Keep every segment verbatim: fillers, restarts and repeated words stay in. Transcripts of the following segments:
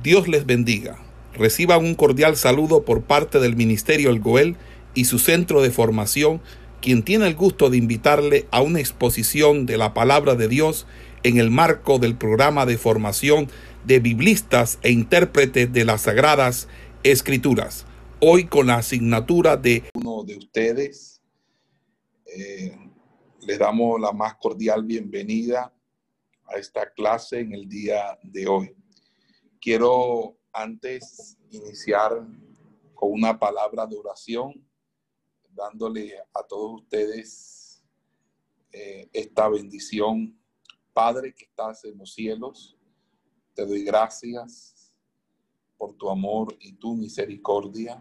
Dios les bendiga. Reciban un cordial saludo por parte del Ministerio El Goel y su centro de formación, quien tiene el gusto de invitarle a una exposición de la palabra de Dios en el marco del programa de formación de biblistas e intérpretes de las Sagradas Escrituras. Hoy con la asignatura de uno de ustedes, eh, les damos la más cordial bienvenida a esta clase en el día de hoy. Quiero antes iniciar con una palabra de oración, dándole a todos ustedes eh, esta bendición. Padre que estás en los cielos, te doy gracias por tu amor y tu misericordia,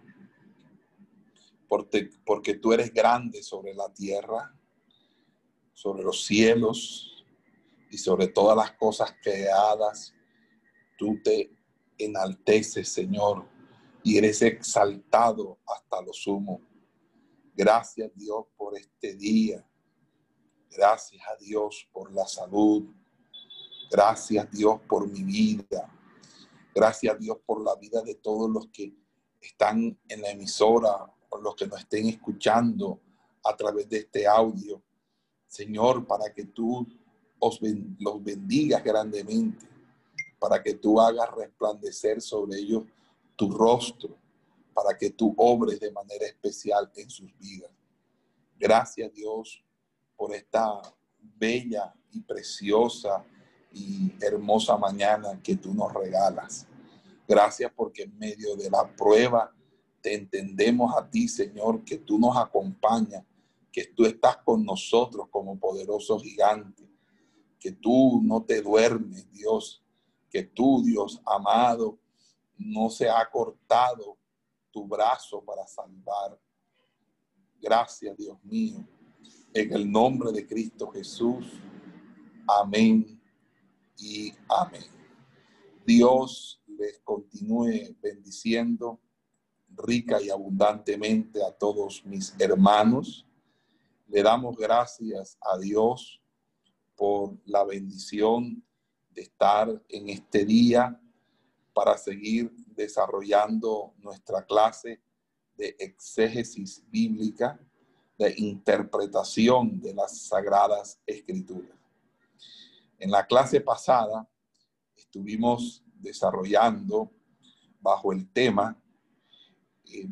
porque, porque tú eres grande sobre la tierra, sobre los cielos y sobre todas las cosas creadas. Tú te enalteces, Señor, y eres exaltado hasta lo sumo. Gracias, Dios, por este día. Gracias a Dios por la salud. Gracias, Dios, por mi vida. Gracias, Dios, por la vida de todos los que están en la emisora o los que nos estén escuchando a través de este audio. Señor, para que tú os ben- los bendigas grandemente, para que tú hagas resplandecer sobre ellos tu rostro, para que tú obres de manera especial en sus vidas. Gracias, Dios, por esta bella y preciosa y hermosa mañana que tú nos regalas. Gracias porque en medio de la prueba te entendemos a ti, Señor, que tú nos acompañas, que tú estás con nosotros como poderoso gigante, que tú no te duermes, Dios, que tú, Dios amado, no se ha cortado tu brazo para salvar. Gracias, Dios mío, en el nombre de Cristo Jesús. Amén y amén. Dios les continúe bendiciendo rica y abundantemente a todos mis hermanos. Le damos gracias a Dios por la bendición de estar en este día para seguir desarrollando nuestra clase de exégesis bíblica, de interpretación de las Sagradas Escrituras. En la clase pasada estuvimos desarrollando bajo el tema eh,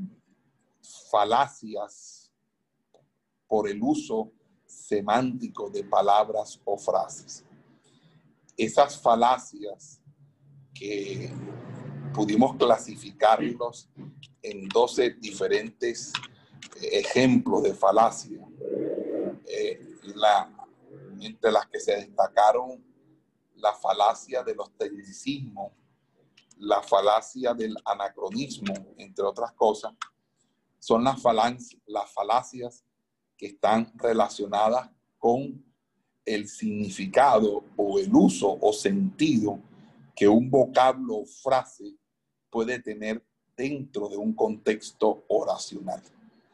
falacias por el uso semántico de palabras o frases. Esas falacias que pudimos clasificarlos en doce diferentes eh, ejemplos de falacia, eh, la, entre las que se destacaron la falacia de los tecnicismos, la falacia del anacronismo, entre otras cosas, son las, falancias, las falacias que están relacionadas con el significado o el uso o sentido que un vocablo o frase puede tener dentro de un contexto oracional.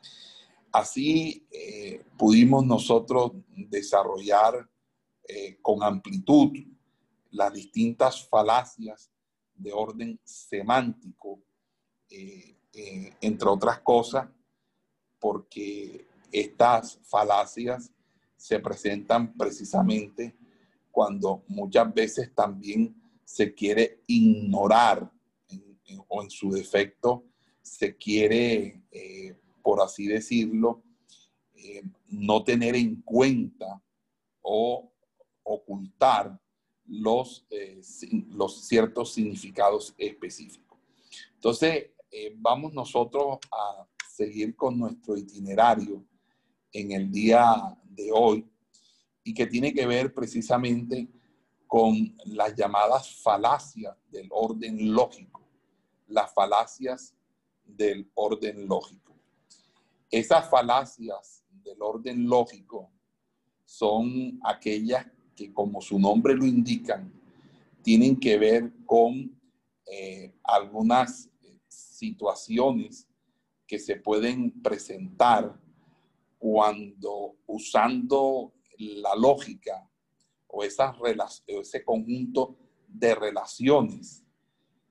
Así eh, pudimos nosotros desarrollar eh, con amplitud las distintas falacias de orden semántico, eh, eh, entre otras cosas, porque estas falacias se presentan precisamente cuando muchas veces también se quiere ignorar en, en, o en su defecto se quiere, eh, por así decirlo, eh, no tener en cuenta o ocultar los, eh, los ciertos significados específicos. Entonces, eh, vamos nosotros a seguir con nuestro itinerario en el día de hoy y que tiene que ver precisamente con las llamadas falacias del orden lógico, las falacias del orden lógico. Esas falacias del orden lógico son aquellas que, como su nombre lo indican, tienen que ver con eh, algunas situaciones que se pueden presentar cuando usando la lógica o esas, ese conjunto de relaciones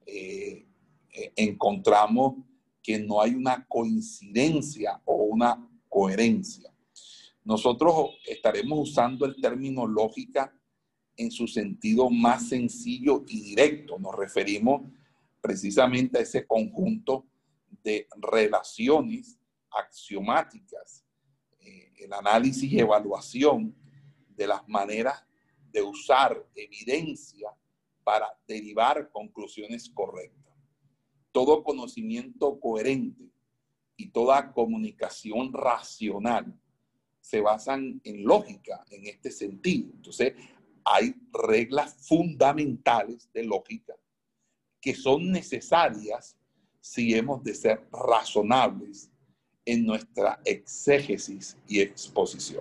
eh, eh, encontramos que no hay una coincidencia o una coherencia. Nosotros estaremos usando el término lógica en su sentido más sencillo y directo. Nos referimos precisamente a ese conjunto de relaciones axiomáticas, eh, el análisis y evaluación de las maneras de usar evidencia para derivar conclusiones correctas. Todo conocimiento coherente y toda comunicación racional se basan en lógica en este sentido. Entonces, hay reglas fundamentales de lógica que son necesarias si hemos de ser razonables en nuestra exégesis y exposición.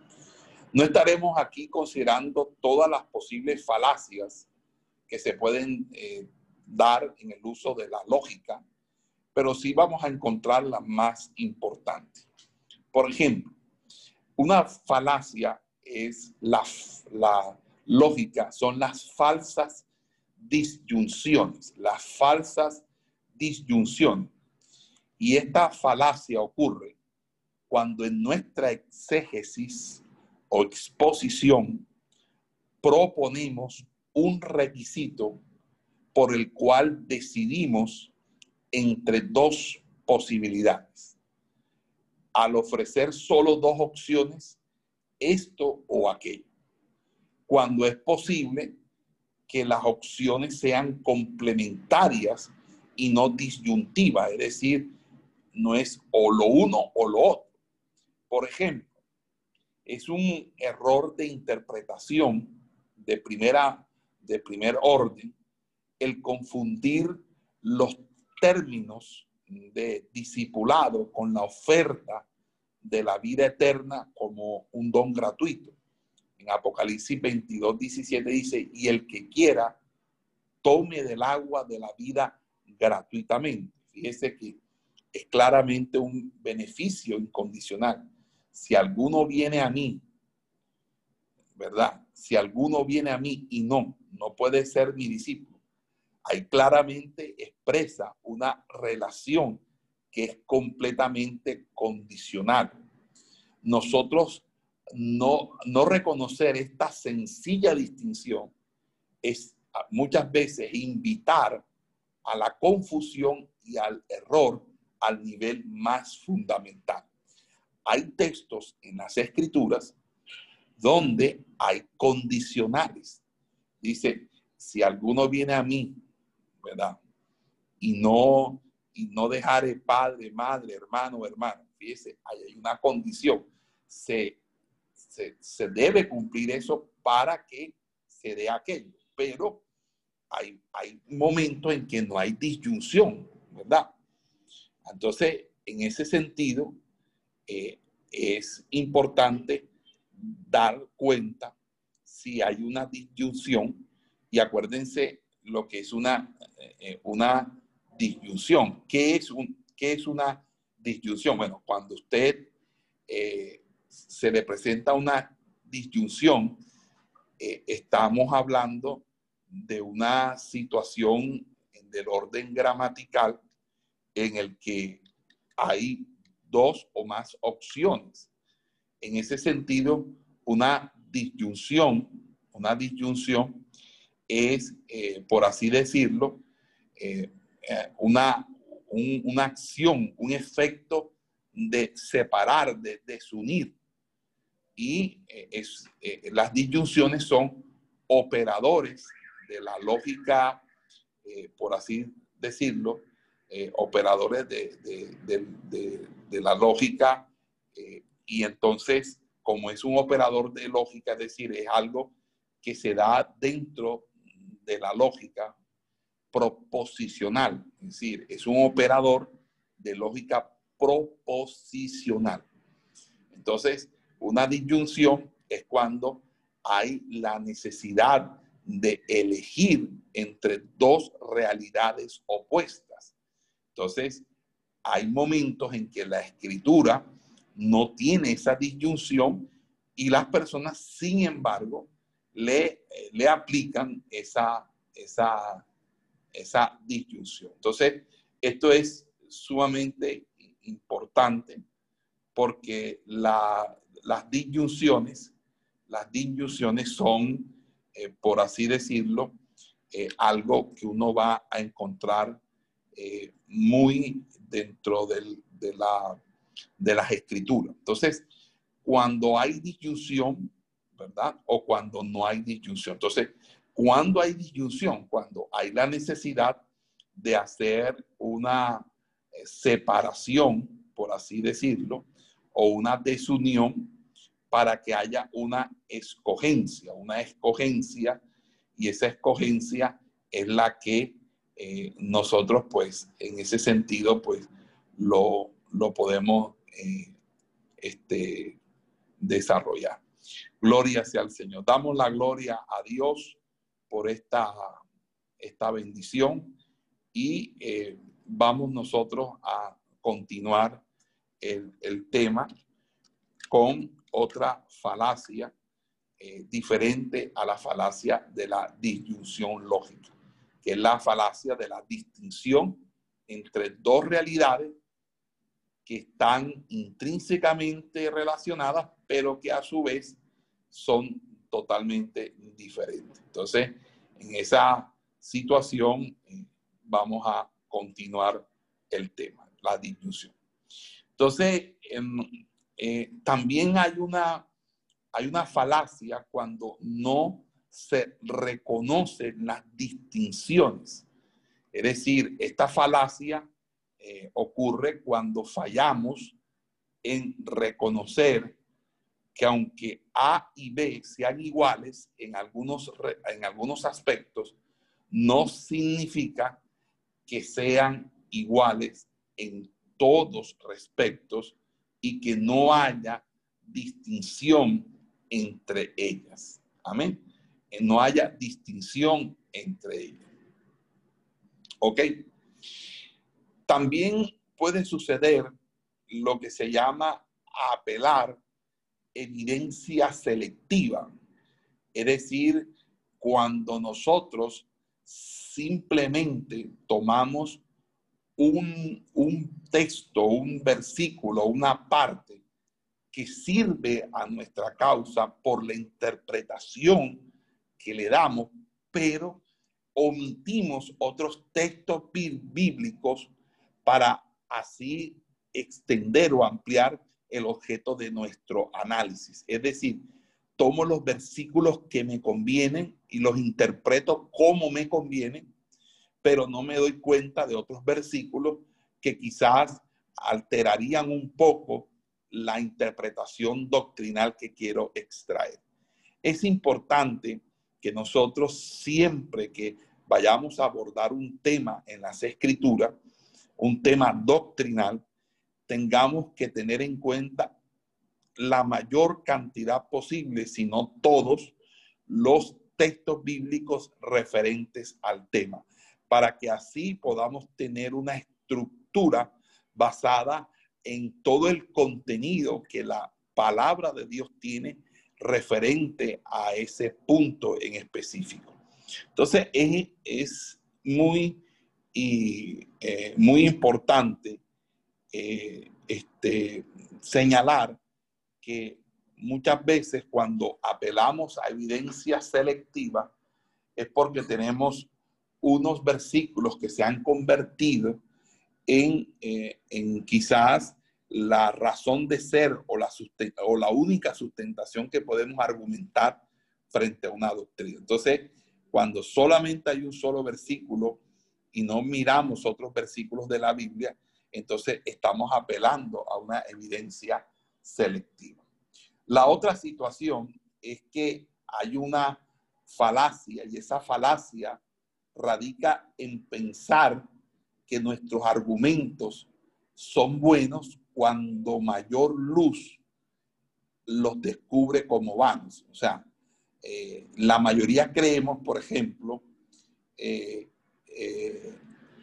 No estaremos aquí considerando todas las posibles falacias que se pueden eh, dar en el uso de la lógica, pero sí vamos a encontrar las más importantes. Por ejemplo, una falacia es la, la lógica, son las falsas disyunciones, las falsas disyunciones. Y esta falacia ocurre cuando en nuestra exégesis o exposición proponemos un requisito por el cual decidimos entre dos posibilidades. Al ofrecer solo dos opciones, esto o aquello, cuando es posible que las opciones sean complementarias y no disyuntivas, es decir, no es o lo uno o lo otro. Por ejemplo, es un error de interpretación de, primera, de primer orden el confundir los términos de discipulado con la oferta de la vida eterna como un don gratuito. En Apocalipsis veintidós, diecisiete dice, y el que quiera, tome del agua de la vida gratuitamente. Fíjese que es claramente un beneficio incondicional. Si alguno viene a mí, ¿verdad? Si alguno viene a mí y no, no puede ser mi discípulo. Ahí claramente expresa una relación que es completamente condicional. Nosotros no, no reconocer esta sencilla distinción es muchas veces invitar a la confusión y al error al nivel más fundamental. Hay textos en las Escrituras donde hay condicionales. Dice, si alguno viene a mí, ¿verdad? Y no, y no dejare padre, madre, hermano, hermano. Fíjese, hay una condición. Se, se, se debe cumplir eso para que se dé aquello. Pero hay, hay momentos en que no hay disyunción, ¿verdad? Entonces, en ese sentido, eh, es importante dar cuenta si hay una disyunción. Y acuérdense lo que es una, eh, una disyunción. ¿Qué es, un, ¿Qué es una disyunción? Bueno, cuando usted eh, se le presenta una disyunción, eh, estamos hablando de una situación del orden gramatical en el que hay dos o más opciones. En ese sentido, una disyunción, una disyunción es, eh, por así decirlo, eh, una, un, una acción, un efecto de separar, de desunir. Y eh, es, eh, las disyunciones son operadores de la lógica, eh, por así decirlo, eh, operadores de, de, de, de, de la lógica, eh, y entonces, como es un operador de lógica, es decir, es algo que se da dentro de la lógica proposicional, es decir, es un operador de lógica proposicional. Entonces, una disyunción es cuando hay la necesidad de elegir entre dos realidades opuestas. Entonces, hay momentos en que la escritura no tiene esa disyunción y las personas, sin embargo, le, le aplican esa, esa, esa disyunción. Entonces, esto es sumamente importante porque la, las disyunciones, las disyunciones son, eh, por así decirlo, eh, algo que uno va a encontrar eh, muy dentro del, de, la, de las escrituras. Entonces, cuando hay disyunción, ¿verdad? O cuando no hay disyunción. Entonces, cuando hay disyunción, cuando hay la necesidad de hacer una separación, por así decirlo, o una desunión para que haya una escogencia, una escogencia, y esa escogencia es la que eh, nosotros, pues, en ese sentido, pues, lo, lo podemos eh, este, desarrollar. Gloria sea al Señor. Damos la gloria a Dios por esta, esta bendición y eh, vamos nosotros a continuar el, el tema con otra falacia eh, diferente a la falacia de la disyunción lógica, que es la falacia de la distinción entre dos realidades que están intrínsecamente relacionadas, pero que a su vez son totalmente diferentes. Entonces, en esa situación eh, vamos a continuar el tema, la disyunción. Entonces, eh, eh, también hay una, hay una falacia cuando no se reconocen las distinciones. Es decir, esta falacia eh, ocurre cuando fallamos en reconocer que aunque A y B sean iguales en algunos, en algunos aspectos, no significa que sean iguales en todos respectos y que no haya distinción entre ellas. Amén. No haya distinción entre ellas. ¿Ok? También puede suceder lo que se llama apelar evidencia selectiva. Es decir, cuando nosotros simplemente tomamos un, un texto, un versículo, una parte que sirve a nuestra causa por la interpretación que le damos, pero omitimos otros textos bíblicos para así extender o ampliar el objeto de nuestro análisis. Es decir, tomo los versículos que me convienen y los interpreto como me convienen, pero no me doy cuenta de otros versículos que quizás alterarían un poco la interpretación doctrinal que quiero extraer. Es importante que nosotros siempre que vayamos a abordar un tema en las Escrituras, un tema doctrinal, tengamos que tener en cuenta la mayor cantidad posible, si no todos, los textos bíblicos referentes al tema, para que así podamos tener una estructura basada en todo el contenido que la palabra de Dios tiene referente a ese punto en específico. Entonces, es, es muy, y, eh, muy importante eh, este, señalar que muchas veces cuando apelamos a evidencia selectiva es porque tenemos unos versículos que se han convertido en, eh, en quizás la razón de ser o la, o la única sustentación que podemos argumentar frente a una doctrina. Entonces, cuando solamente hay un solo versículo y no miramos otros versículos de la Biblia, entonces estamos apelando a una evidencia selectiva. La otra situación es que hay una falacia y esa falacia radica en pensar que nuestros argumentos son buenos cuando mayor luz los descubre como vanos. O sea, eh, la mayoría creemos, por ejemplo, eh, eh,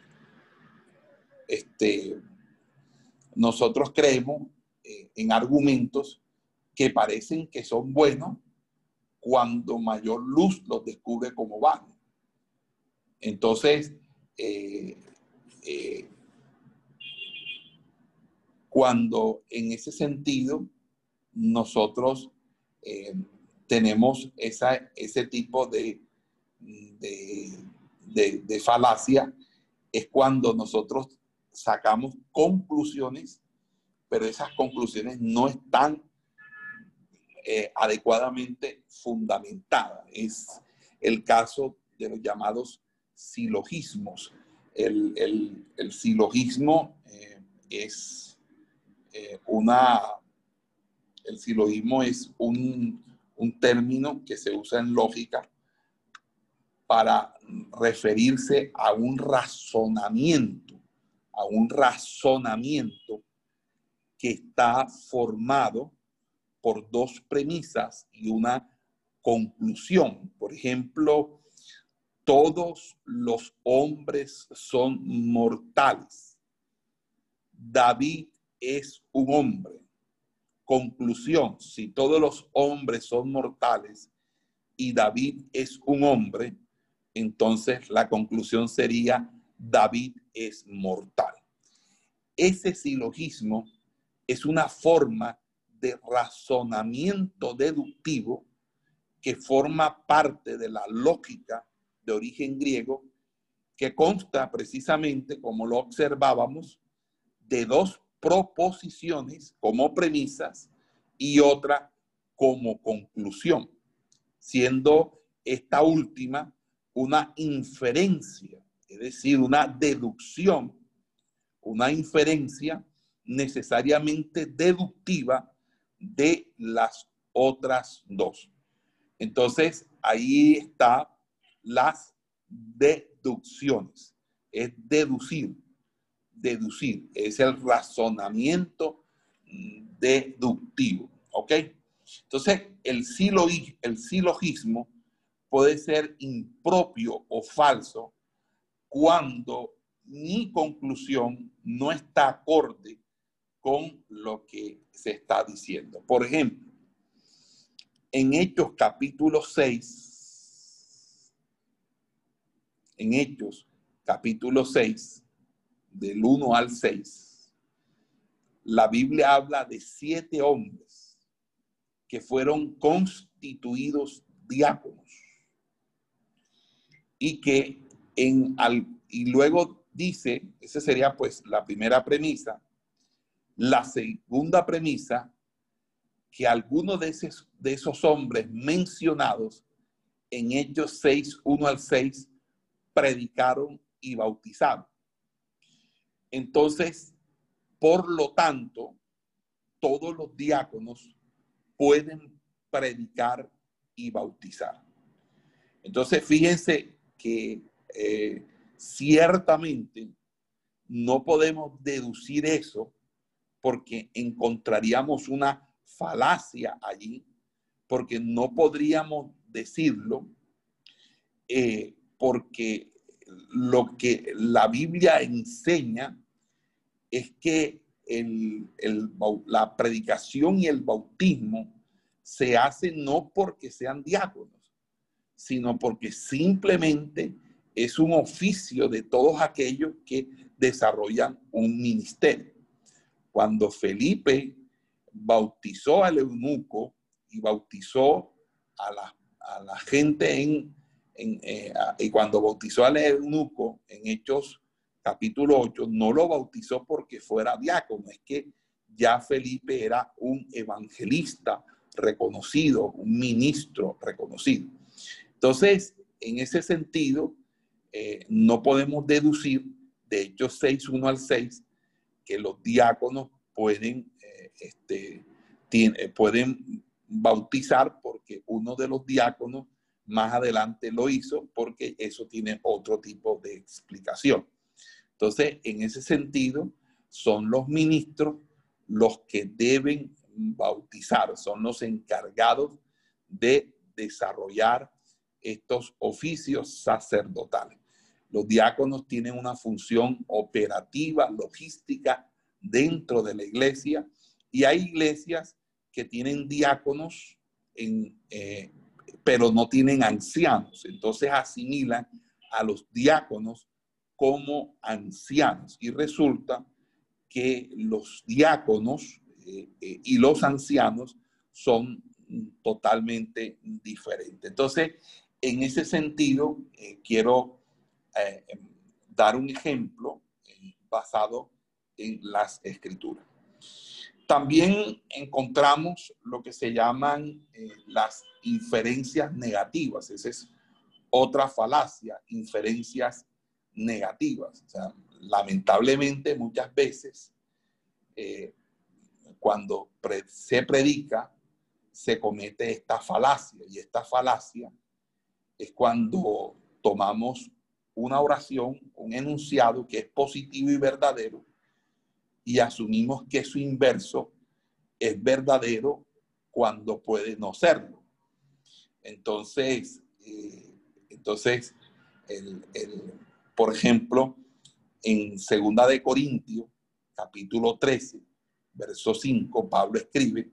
este, nosotros creemos eh, en argumentos que parecen que son buenos cuando mayor luz los descubre como vanos. Entonces, eh, eh, cuando en ese sentido nosotros eh, tenemos esa, ese tipo de, de, de, de falacia, es cuando nosotros sacamos conclusiones, pero esas conclusiones no están eh, adecuadamente fundamentadas. Es el caso de los llamados silogismos. El, el, el silogismo eh, es eh, una... El silogismo es un, un término que se usa en lógica para referirse a un razonamiento, a un razonamiento que está formado por dos premisas y una conclusión. Por ejemplo, todos los hombres son mortales. David es un hombre. Conclusión, si todos los hombres son mortales y David es un hombre, entonces la conclusión sería David es mortal. Ese silogismo es una forma de razonamiento deductivo que forma parte de la lógica de origen griego, que consta precisamente, como lo observábamos, de dos proposiciones como premisas y otra como conclusión, siendo esta última una inferencia, es decir, una deducción, una inferencia necesariamente deductiva de las otras dos. Entonces, ahí están las deducciones, es deducir. Deducir, es el razonamiento deductivo, ¿ok? Entonces, el, silogi, el silogismo puede ser impropio o falso cuando mi conclusión no está acorde con lo que se está diciendo. Por ejemplo, en Hechos capítulo seis, en Hechos capítulo seis, del uno al seis, la Biblia habla de siete hombres que fueron constituidos diáconos y que en al, y luego dice, esa sería pues la primera premisa. La segunda premisa, que algunos de esos, de esos hombres mencionados en Hechos seis, uno al seis, predicaron y bautizaron. Entonces, por lo tanto, todos los diáconos pueden predicar y bautizar. Entonces, fíjense que eh, ciertamente no podemos deducir eso porque encontraríamos una falacia allí, porque no podríamos decirlo, eh, porque lo que la Biblia enseña es que el, el, la predicación y el bautismo se hacen no porque sean diáconos, sino porque simplemente es un oficio de todos aquellos que desarrollan un ministerio. Cuando Felipe bautizó al eunuco y bautizó a la, a la gente en, en eh, y cuando bautizó al eunuco en Hechos capítulo ocho, no lo bautizó porque fuera diácono, es que ya Felipe era un evangelista reconocido, un ministro reconocido. Entonces, en ese sentido, eh, no podemos deducir de Hechos seis, uno al seis, que los diáconos pueden, eh, este, tiene, pueden bautizar porque uno de los diáconos más adelante lo hizo, porque eso tiene otro tipo de explicación. Entonces, en ese sentido, son los ministros los que deben bautizar, son los encargados de desarrollar estos oficios sacerdotales. Los diáconos tienen una función operativa, logística dentro de la iglesia, y hay iglesias que tienen diáconos, en, eh, pero no tienen ancianos. Entonces asimilan a los diáconos como ancianos. Y resulta que los diáconos eh, eh, y los ancianos son totalmente diferentes. Entonces, en ese sentido, eh, quiero eh, dar un ejemplo eh, basado en las escrituras. También encontramos lo que se llaman eh, las inferencias negativas. Esa es otra falacia, inferencias negativas. O sea, lamentablemente muchas veces eh, cuando pre se predica se comete esta falacia, y esta falacia es cuando tomamos una oración, un enunciado que es positivo y verdadero, y asumimos que su inverso es verdadero cuando puede no serlo. Entonces, eh, entonces el, el, por ejemplo, en Segunda de Corintios, capítulo trece, verso cinco, Pablo escribe: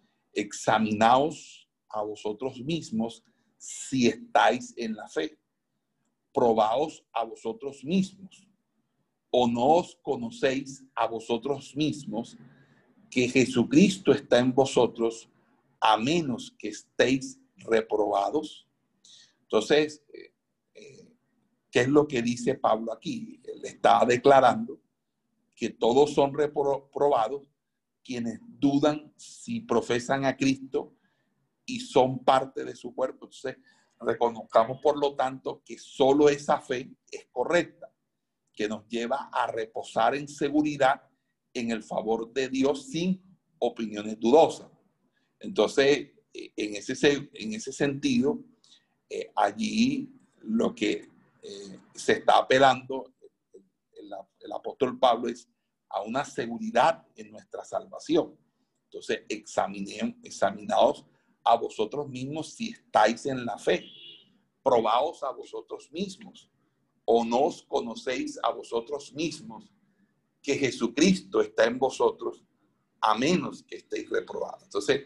examinaos a vosotros mismos si estáis en la fe. Probaos a vosotros mismos. ¿O no os conocéis a vosotros mismos que Jesucristo está en vosotros, a menos que estéis reprobados? Entonces, eh, eh, ¿qué es lo que dice Pablo aquí? Él está declarando que todos son reprobados quienes dudan si profesan a Cristo y son parte de su cuerpo. Entonces, reconozcamos por lo tanto que solo esa fe es correcta, que nos lleva a reposar en seguridad en el favor de Dios sin opiniones dudosas. Entonces, en ese, en ese sentido, eh, allí lo que eh, se está apelando el, el apóstol Pablo es a una seguridad en nuestra salvación. Entonces, examinen, examinaos a vosotros mismos si estáis en la fe. Probaos a vosotros mismos. ¿O no os conocéis a vosotros mismos que Jesucristo está en vosotros, a menos que estéis reprobados? Entonces,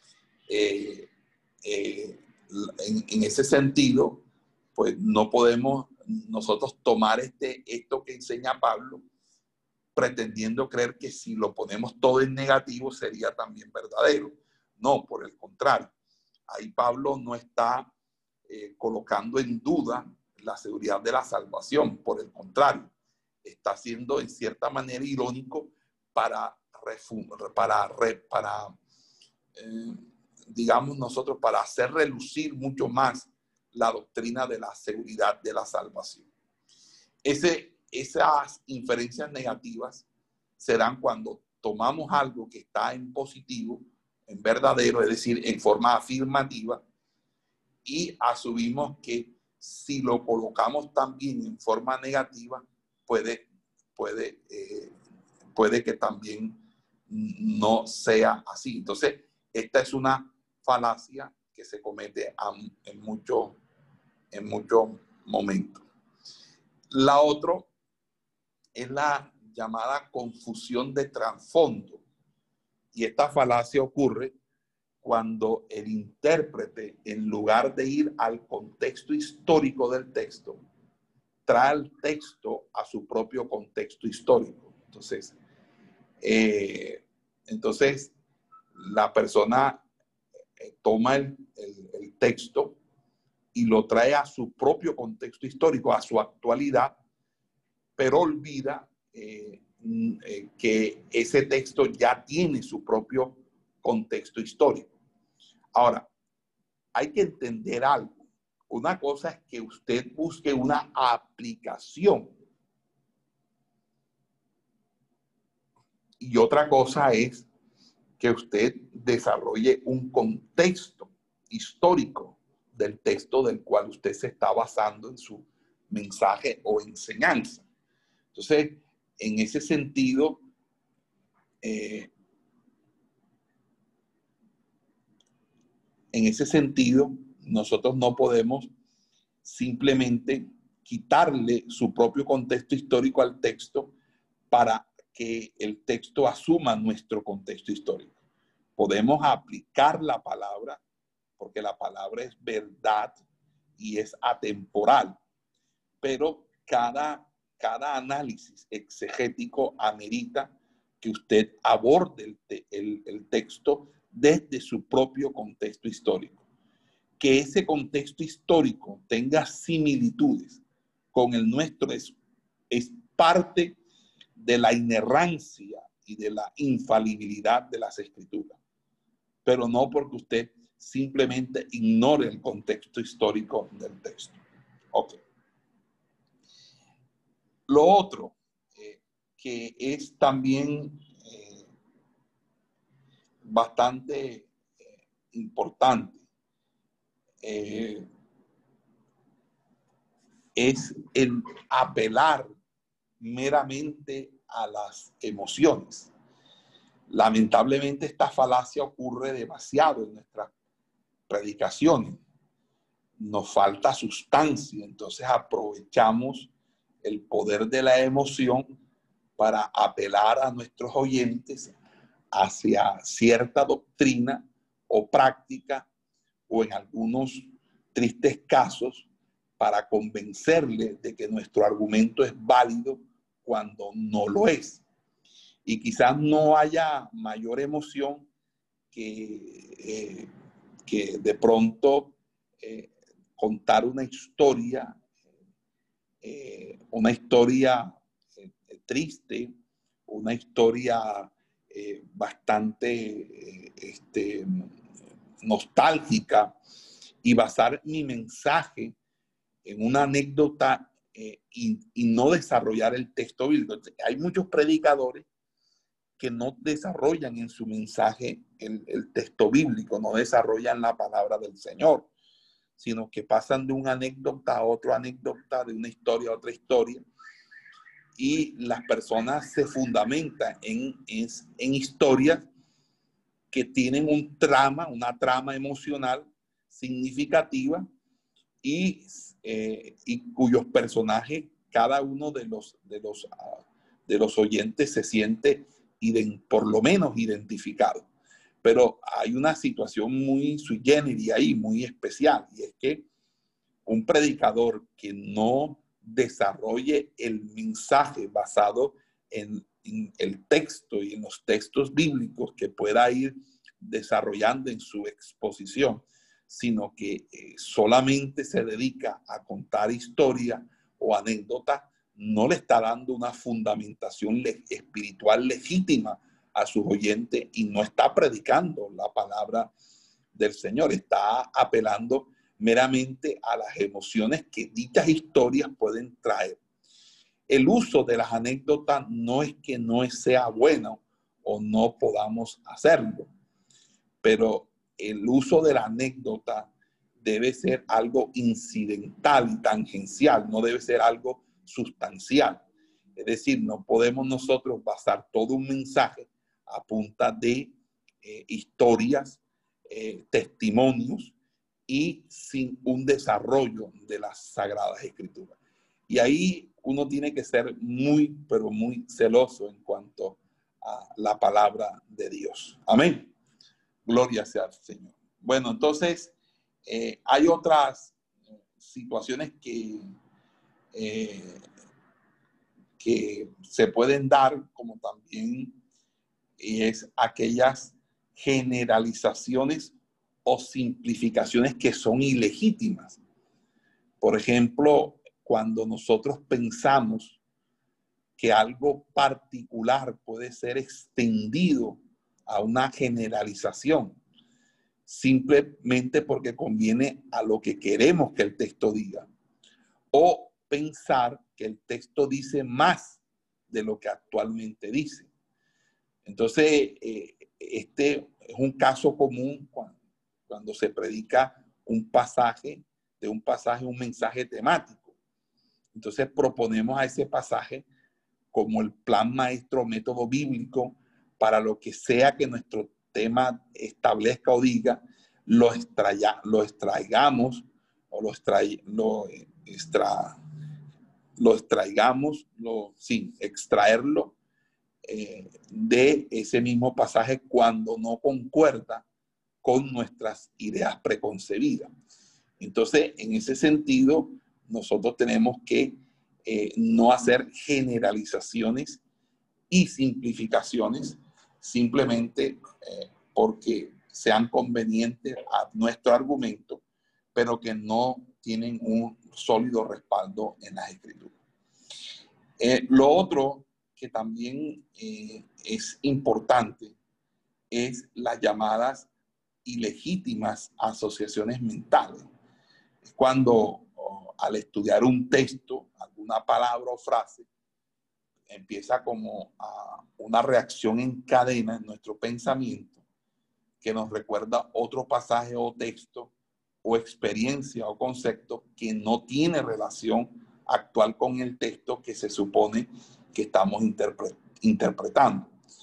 eh, eh, en, en ese sentido, pues no podemos nosotros tomar este, esto que enseña Pablo pretendiendo creer que si lo ponemos todo en negativo sería también verdadero. No, por el contrario. Ahí Pablo no está eh, colocando en duda la seguridad de la salvación. Por el contrario, está siendo en cierta manera irónico para, para, para eh, digamos nosotros, para hacer relucir mucho más la doctrina de la seguridad de la salvación. Ese, esas inferencias negativas se dan cuando tomamos algo que está en positivo, en verdadero, es decir, en forma afirmativa, y asumimos que si lo colocamos también en forma negativa, puede, puede, eh, puede que también no sea así. Entonces, esta es una falacia que se comete en muchos en muchos momentos. La otra es la llamada confusión de trasfondo. Y esta falacia ocurre cuando el intérprete, en lugar de ir al contexto histórico del texto, trae el texto a su propio contexto histórico. Entonces, eh, entonces la persona eh, toma el, el, el texto y lo trae a su propio contexto histórico, a su actualidad, pero olvida eh, eh, que ese texto ya tiene su propio contexto histórico. Ahora, hay que entender algo. Una cosa es que usted busque una aplicación y otra cosa es que usted desarrolle un contexto histórico del texto del cual usted se está basando en su mensaje o enseñanza. Entonces, en ese sentido, eh, en ese sentido, nosotros no podemos simplemente quitarle su propio contexto histórico al texto para que el texto asuma nuestro contexto histórico. Podemos aplicar la palabra, porque la palabra es verdad y es atemporal, pero cada cada análisis exegético amerita que usted aborde el, te el, el texto desde su propio contexto histórico. Que ese contexto histórico tenga similitudes con el nuestro es, es parte de la inerrancia y de la infalibilidad de las escrituras, pero no porque usted simplemente ignore el contexto histórico del texto. Ok. Lo otro eh, que es también eh, bastante eh, importante eh, es el apelar meramente a las emociones. Lamentablemente esta falacia ocurre demasiado en nuestras predicaciones. Nos falta sustancia, entonces aprovechamos el poder de la emoción para apelar a nuestros oyentes hacia cierta doctrina o práctica, o en algunos tristes casos, para convencerle de que nuestro argumento es válido cuando no lo es. Y quizás no haya mayor emoción que, eh, que de pronto eh, contar una historia, eh, una historia eh, triste, una historia eh, bastante eh, este, nostálgica, y basar mi mensaje en una anécdota eh, y, y no desarrollar el texto bíblico. Hay muchos predicadores que no desarrollan en su mensaje el, el texto bíblico, no desarrollan la palabra del Señor, sino que pasan de una anécdota a otra anécdota, de una historia a otra historia, y las personas se fundamentan en, en, en historias que tienen un trama, una trama emocional significativa, y, eh, y cuyos personajes, cada uno de los, de los, uh, de los oyentes se siente ident, por lo menos identificado. Pero hay una situación muy sui generis ahí, muy especial, y es que un predicador que no desarrolle el mensaje basado en, en el texto y en los textos bíblicos que pueda ir desarrollando en su exposición, sino que eh, solamente se dedica a contar historia o anécdotas, no le está dando una fundamentación le espiritual legítima a sus oyentes y no está predicando la palabra del Señor, está apelando meramente a las emociones que dichas historias pueden traer. El uso de las anécdotas no es que no sea bueno o no podamos hacerlo, pero el uso de la anécdota debe ser algo incidental y tangencial, no debe ser algo sustancial. Es decir, no podemos nosotros basar todo un mensaje a punta de eh, historias, eh, testimonios, y sin un desarrollo de las Sagradas Escrituras. Y ahí uno tiene que ser muy, pero muy celoso en cuanto a la palabra de Dios. Amén. Gloria sea al Señor. Bueno, entonces eh, hay otras situaciones que, eh, que se pueden dar, como también y es aquellas generalizaciones o simplificaciones que son ilegítimas. Por ejemplo, cuando nosotros pensamos que algo particular puede ser extendido a una generalización, simplemente porque conviene a lo que queremos que el texto diga, o pensar que el texto dice más de lo que actualmente dice. Entonces, eh, este es un caso común cuando, cuando se predica un pasaje, de un pasaje, un mensaje temático. Entonces, proponemos a ese pasaje como el plan maestro, método bíblico para lo que sea que nuestro tema establezca o diga, lo, extraya, lo extraigamos o lo, extrai, lo, extra, lo extraigamos, lo, sí, extraerlo eh, de ese mismo pasaje cuando no concuerda con nuestras ideas preconcebidas. Entonces, en ese sentido, nosotros tenemos que eh, no hacer generalizaciones y simplificaciones simplemente eh, porque sean convenientes a nuestro argumento, pero que no tienen un sólido respaldo en las escrituras. Eh, lo otro que también eh, es importante es las llamadas ilegítimas asociaciones mentales. Es cuando oh, al estudiar un texto, alguna palabra o frase, empieza como a una reacción en cadena en nuestro pensamiento que nos recuerda otro pasaje o texto o experiencia o concepto que no tiene relación actual con el texto que se supone que estamos interpre interpretando.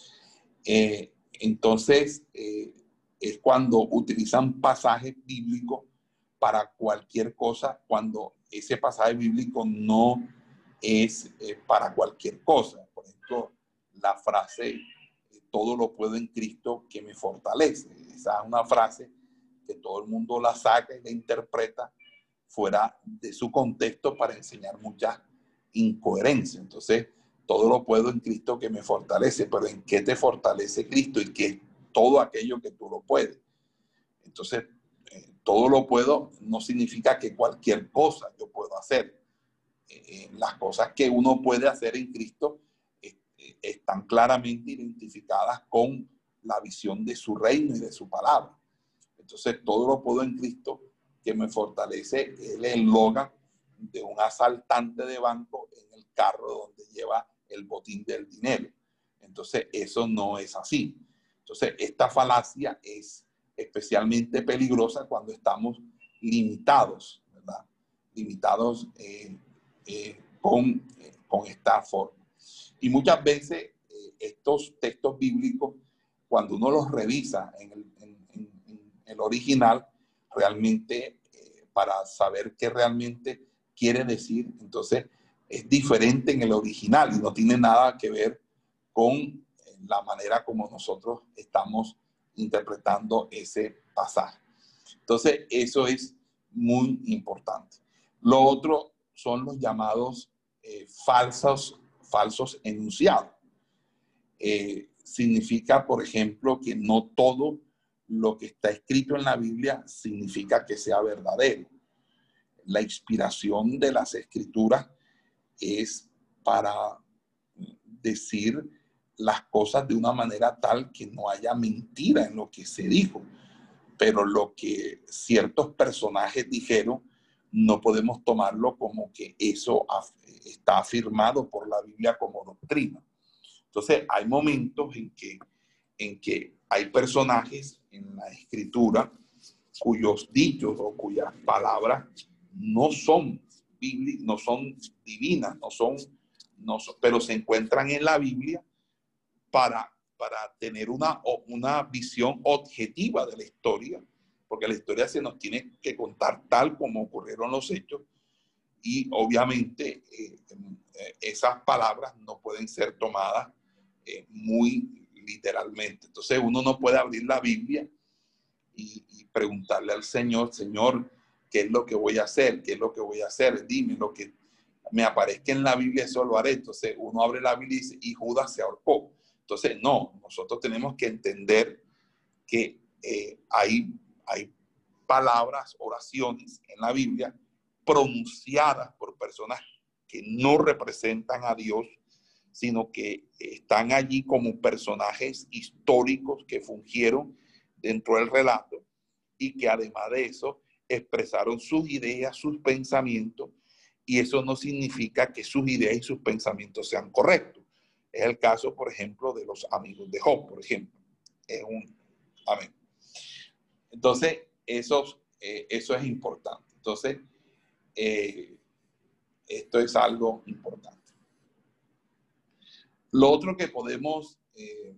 Eh, entonces, eh, es cuando utilizan pasajes bíblicos para cualquier cosa, cuando ese pasaje bíblico no es eh, para cualquier cosa. Por ejemplo, la frase, todo lo puedo en Cristo que me fortalece. Esa es una frase que todo el mundo la saca y la interpreta fuera de su contexto para enseñar muchas incoherencias. Entonces, todo lo puedo en Cristo que me fortalece, pero ¿en qué te fortalece Cristo? Y que todo aquello que tú lo puedes. Entonces, eh, todo lo puedo no significa que cualquier cosa yo puedo hacer. Eh, las cosas que uno puede hacer en Cristo eh, eh, están claramente identificadas con la visión de su reino y de su palabra. Entonces, todo lo puedo en Cristo que me fortalece. Es el eslogan de un asaltante de banco en el carro donde lleva el botín del dinero. Entonces, eso no es así. Entonces, esta falacia es especialmente peligrosa cuando estamos limitados, ¿verdad? Limitados eh, eh, con, eh, con esta forma. Y muchas veces eh, estos textos bíblicos, cuando uno los revisa en el, en, en, en el original, realmente eh, para saber qué realmente quiere decir, entonces es diferente en el original y no tiene nada que ver con la manera como nosotros estamos interpretando ese pasaje. Entonces, eso es muy importante. Lo otro son los llamados eh, falsos, falsos enunciados. Eh, significa, por ejemplo, que no todo lo que está escrito en la Biblia significa que sea verdadero. La inspiración de las escrituras es para decir las cosas de una manera tal que no haya mentira en lo que se dijo. Pero lo que ciertos personajes dijeron, no podemos tomarlo como que eso está afirmado por la Biblia como doctrina. Entonces, hay momentos en que, en que hay personajes en la escritura cuyos dichos o cuyas palabras no son bíblicas, no son divinas, no son, no son, pero se encuentran en la Biblia para, para tener una, una visión objetiva de la historia, porque la historia se nos tiene que contar tal como ocurrieron los hechos y obviamente eh, esas palabras no pueden ser tomadas eh, muy literalmente. Entonces uno no puede abrir la Biblia y, y preguntarle al Señor, Señor, ¿qué es lo que voy a hacer? ¿Qué es lo que voy a hacer? Dime lo que me aparezca en la Biblia, eso lo haré. Entonces uno abre la Biblia y dice, y Judas se ahorcó. Entonces no, nosotros tenemos que entender que eh, hay, hay palabras, oraciones en la Biblia pronunciadas por personas que no representan a Dios, sino que están allí como personajes históricos que fungieron dentro del relato y que además de eso expresaron sus ideas, sus pensamientos, y eso no significa que sus ideas y sus pensamientos sean correctos. Es el caso, por ejemplo, de los amigos de Job, por ejemplo. Es un amén. Entonces, eso, eh, eso es importante. Entonces, eh, esto es algo importante. Lo otro que podemos eh,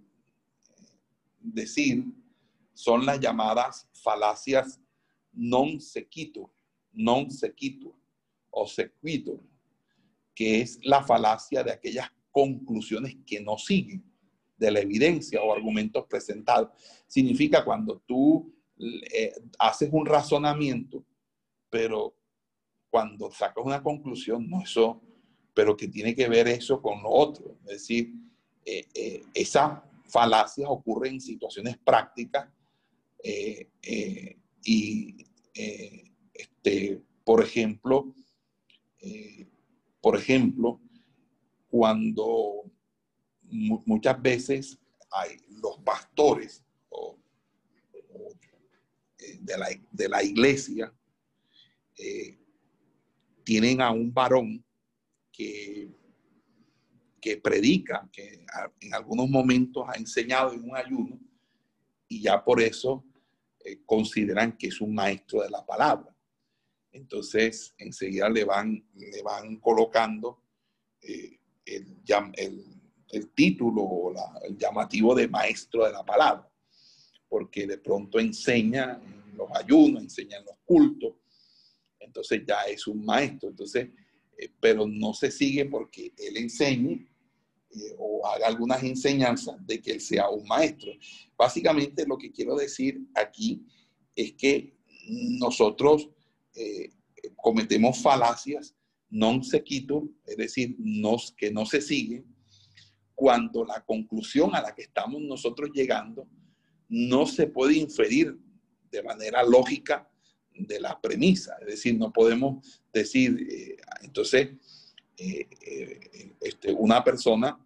decir son las llamadas falacias non sequitur, non sequitur o sequitur, que es la falacia de aquellas conclusiones que no siguen de la evidencia o argumentos presentados. Significa cuando tú eh, haces un razonamiento, pero cuando sacas una conclusión, no, eso pero que tiene que ver eso con lo otro. Es decir, eh, eh, esas falacias ocurren en situaciones prácticas eh, eh, y, eh, este, por ejemplo, eh, por ejemplo, cuando mu muchas veces hay los pastores o, o, eh, de, la, de la iglesia eh, tienen a un varón que, que predica, que en algunos momentos ha enseñado en un ayuno, y ya por eso eh, consideran que es un maestro de la palabra. Entonces, enseguida le van, le van colocando eh, el, el, el título o la, el llamativo de maestro de la palabra, porque de pronto enseña en los ayunos, enseña en los cultos, entonces ya es un maestro. Entonces, eh, pero no se sigue porque él enseñe eh, o haga algunas enseñanzas de que él sea un maestro. Básicamente lo que quiero decir aquí es que nosotros eh, cometemos falacias non sequitur, es decir, nos, que no se siguen, cuando la conclusión a la que estamos nosotros llegando no se puede inferir de manera lógica de la premisa. Es decir, no podemos decir, eh, entonces, eh, eh, este, una persona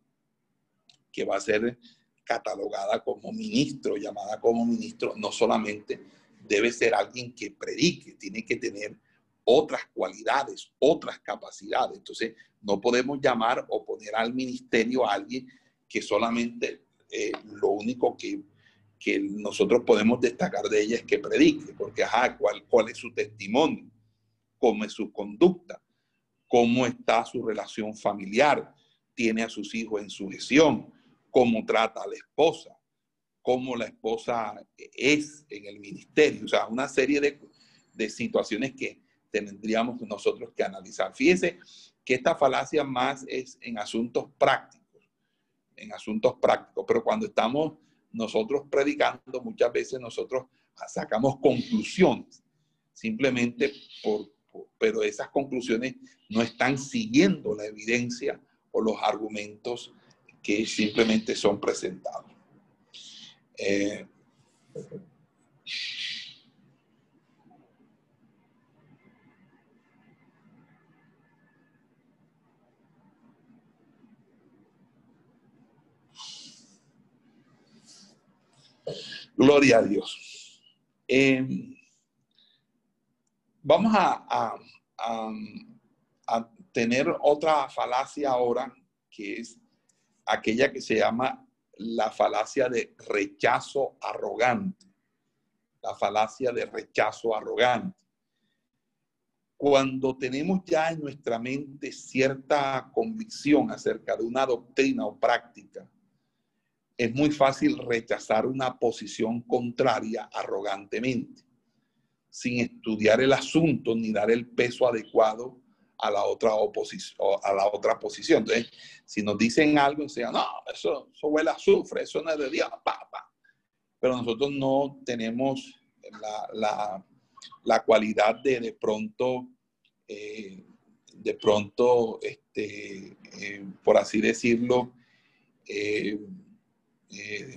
que va a ser catalogada como ministro, llamada como ministro, no solamente debe ser alguien que predique, tiene que tener otras cualidades, otras capacidades. Entonces, no podemos llamar o poner al ministerio a alguien que solamente eh, lo único que, que nosotros podemos destacar de ella es que predique, porque ajá, ¿cuál, cuál es su testimonio? ¿Cómo es su conducta? ¿Cómo está su relación familiar? ¿Tiene a sus hijos en sujeción? ¿Cómo trata a la esposa? ¿Cómo la esposa es en el ministerio? O sea, una serie de, de situaciones que tendríamos nosotros que analizar. Fíjese que esta falacia más es en asuntos prácticos, en asuntos prácticos, pero cuando estamos nosotros predicando, muchas veces nosotros sacamos conclusiones, simplemente por, por, pero esas conclusiones no están siguiendo la evidencia o los argumentos que simplemente son presentados. Eh, Gloria a Dios. Eh, vamos a, a, a, a tener otra falacia ahora, que es aquella que se llama la falacia de rechazo arrogante. La falacia de rechazo arrogante. Cuando tenemos ya en nuestra mente cierta convicción acerca de una doctrina o práctica, es muy fácil rechazar una posición contraria arrogantemente, sin estudiar el asunto ni dar el peso adecuado a la otra oposición, a la otra posición. Entonces, si nos dicen algo, dicen, no, eso, eso huele a azufre, eso no es de Dios, pa, pa. Pero nosotros no tenemos la, la, la cualidad de de pronto, eh, de pronto, este, eh, por así decirlo, eh, eh,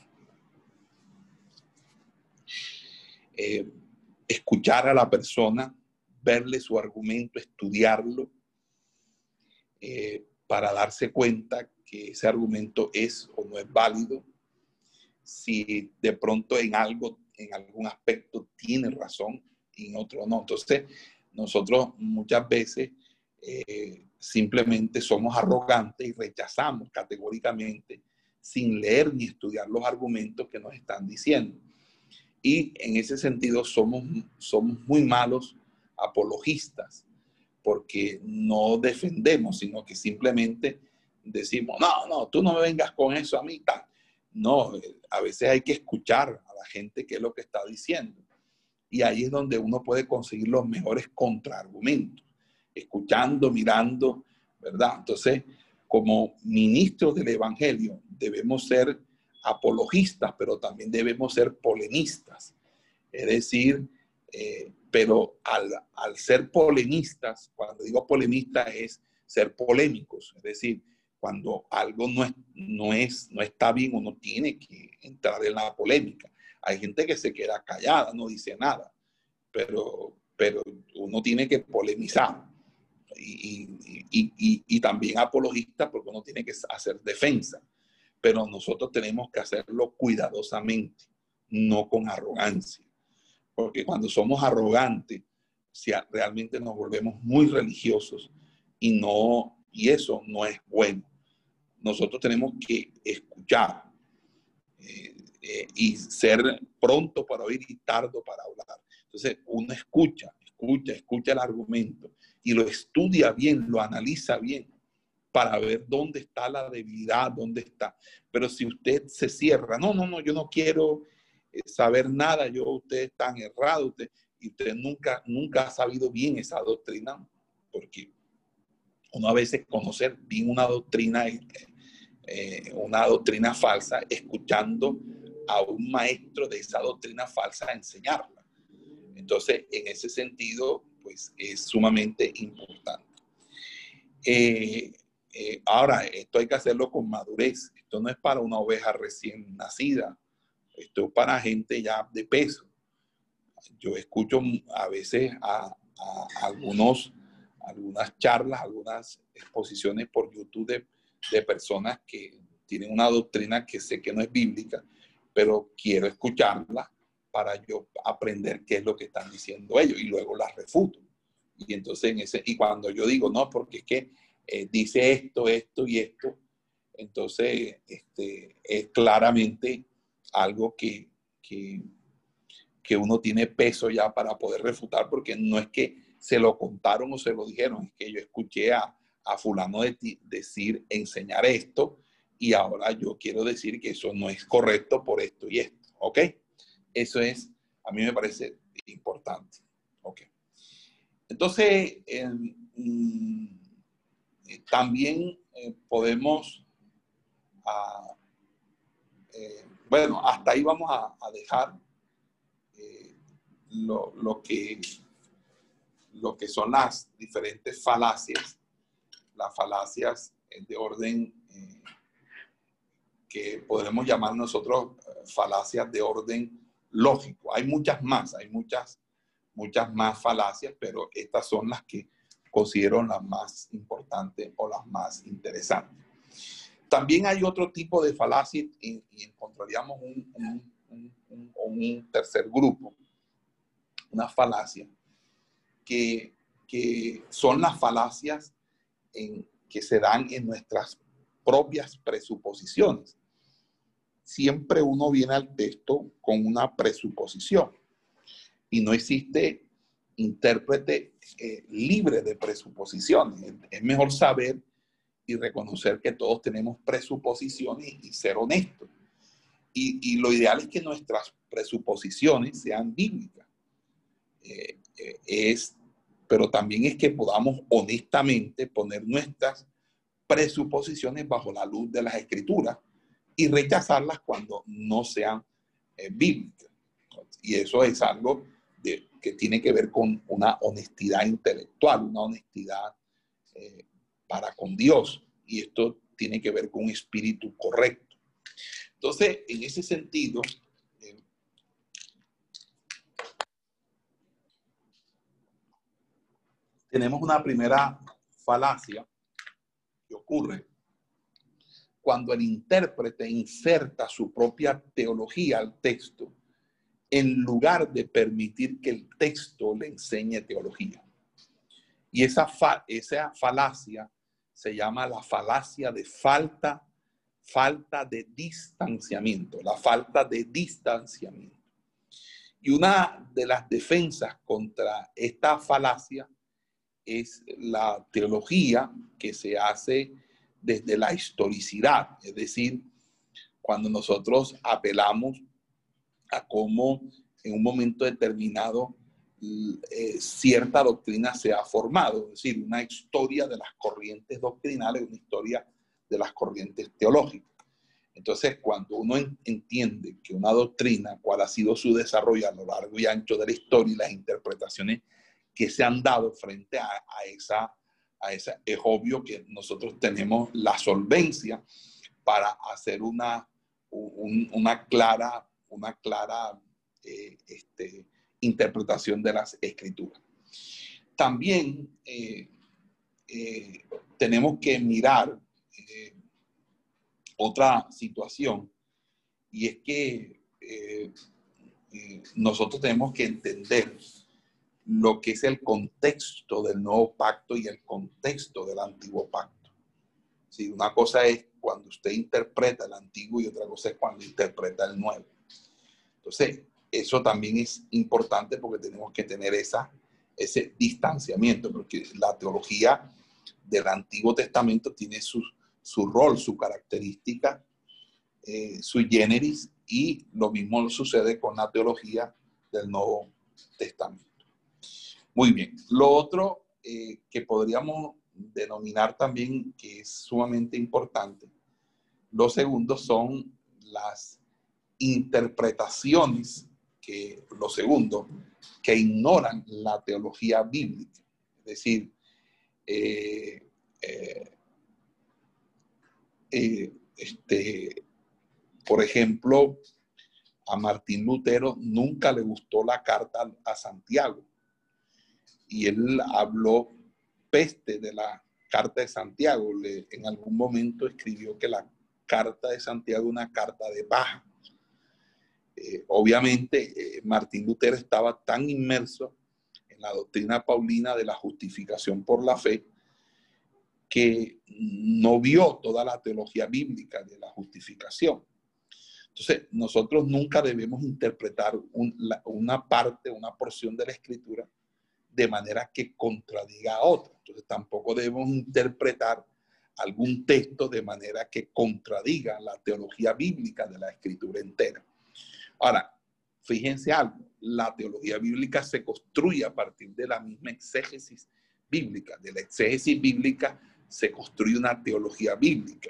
eh, escuchar a la persona, verle su argumento, estudiarlo, eh, para darse cuenta que ese argumento es o no es válido, si de pronto en algo, en algún aspecto tiene razón y en otro no. Entonces, nosotros muchas veces eh, simplemente somos arrogantes y rechazamos categóricamente sin leer ni estudiar los argumentos que nos están diciendo. Y en ese sentido somos, somos muy malos apologistas, porque no defendemos, sino que simplemente decimos, no, no, tú no me vengas con eso a mí, tal. No, a veces hay que escuchar a la gente qué es lo que está diciendo. Y ahí es donde uno puede conseguir los mejores contraargumentos, escuchando, mirando, ¿verdad? Entonces, como ministros del Evangelio, debemos ser apologistas, pero también debemos ser polemistas. Es decir, eh, pero al, al ser polemistas, cuando digo polemista es ser polémicos. Es decir, cuando algo no, es, no, es, no está bien, uno tiene que entrar en la polémica. Hay gente que se queda callada, no dice nada, pero, pero uno tiene que polemizar. Y, y, y, y también apologista, porque uno tiene que hacer defensa. Pero nosotros tenemos que hacerlo cuidadosamente, no con arrogancia. Porque cuando somos arrogantes, si realmente nos volvemos muy religiosos y, no, y eso no es bueno. Nosotros tenemos que escuchar eh, eh, y ser pronto para oír y tardo para hablar. Entonces, uno escucha, escucha, escucha el argumento y lo estudia bien, lo analiza bien para ver dónde está la debilidad, dónde está. Pero si usted se cierra, no, no, no, yo no quiero saber nada, yo, usted está errado, usted, y usted nunca, nunca ha sabido bien esa doctrina, porque uno a veces conocer bien una doctrina, eh, una doctrina falsa, escuchando a un maestro de esa doctrina falsa enseñarla. Entonces, en ese sentido, pues es sumamente importante. Eh, eh, ahora, esto hay que hacerlo con madurez. Esto no es para una oveja recién nacida. Esto es para gente ya de peso. Yo escucho a veces a, a algunos, algunas charlas, algunas exposiciones por YouTube de, de personas que tienen una doctrina que sé que no es bíblica, pero quiero escucharla para yo aprender qué es lo que están diciendo ellos y luego las refuto. Y entonces, en ese, y cuando yo digo, no, porque es que eh, dice esto, esto y esto, entonces este, es claramente algo que, que, que uno tiene peso ya para poder refutar, porque no es que se lo contaron o se lo dijeron, es que yo escuché a, a fulano de ti, decir, enseñar esto, y ahora yo quiero decir que eso no es correcto por esto y esto, ¿ok? Eso es, a mí me parece importante, ¿ok? Entonces, eh, mm, también eh, podemos, ah, eh, bueno, hasta ahí vamos a, a dejar eh, lo, lo, que, lo que son las diferentes falacias, las falacias de orden eh, que podremos llamar nosotros eh, falacias de orden lógico. Hay muchas más, hay muchas, muchas más falacias, pero estas son las que considero las más importantes o las más interesantes. También hay otro tipo de falacia y, y encontraríamos un, un, un, un, un tercer grupo, una falacia, que, que son las falacias en, que se dan en nuestras propias presuposiciones. Siempre uno viene al texto con una presuposición y no existe intérprete eh, libre de presuposiciones. Es mejor saber y reconocer que todos tenemos presuposiciones y ser honestos. Y, y lo ideal es que nuestras presuposiciones sean bíblicas. Eh, eh, es, pero también es que podamos honestamente poner nuestras presuposiciones bajo la luz de las Escrituras y rechazarlas cuando no sean eh, bíblicas. Y eso es algo de, que tiene que ver con una honestidad intelectual, una honestidad eh, para con Dios. Y esto tiene que ver con un espíritu correcto. Entonces, en ese sentido, eh, tenemos una primera falacia que ocurre cuando el intérprete inserta su propia teología al texto en lugar de permitir que el texto le enseñe teología. Y esa, fa esa falacia se llama la falacia de falta, falta de distanciamiento, la falta de distanciamiento. Y una de las defensas contra esta falacia es la teología que se hace desde la historicidad, es decir, cuando nosotros apelamos a cómo en un momento determinado eh, cierta doctrina se ha formado, es decir, una historia de las corrientes doctrinales, una historia de las corrientes teológicas. Entonces, cuando uno entiende que una doctrina, cuál ha sido su desarrollo a lo largo y ancho de la historia y las interpretaciones que se han dado frente a, a, esa, a esa. Es obvio que nosotros tenemos la solvencia para hacer una, un, una clara, una clara eh, este, interpretación de las escrituras. También eh, eh, tenemos que mirar eh, otra situación, y es que eh, eh, nosotros tenemos que entender lo que es el contexto del nuevo pacto y el contexto del antiguo pacto. Sí, una cosa es cuando usted interpreta el antiguo y otra cosa es cuando interpreta el nuevo. Entonces, eso también es importante porque tenemos que tener esa, ese distanciamiento, porque la teología del Antiguo Testamento tiene su, su rol, su característica, eh, sui generis, y lo mismo sucede con la teología del Nuevo Testamento. Muy bien. Lo otro eh, que podríamos denominar también que es sumamente importante, lo segundo son las interpretaciones, que lo segundo, que ignoran la teología bíblica. Es decir, eh, eh, eh, este, por ejemplo, a Martín Lutero nunca le gustó la carta a Santiago, y él habló peste de la carta de Santiago. Le, en algún momento escribió que la carta de Santiago es una carta de paja. Eh, obviamente, eh, Martín Lutero estaba tan inmerso en la doctrina paulina de la justificación por la fe que no vio toda la teología bíblica de la justificación. Entonces, nosotros nunca debemos interpretar un, la, una parte, una porción de la Escritura de manera que contradiga a otra. Entonces, tampoco debemos interpretar algún texto de manera que contradiga la teología bíblica de la Escritura entera. Ahora, fíjense algo, la teología bíblica se construye a partir de la misma exégesis bíblica. De la exégesis bíblica se construye una teología bíblica.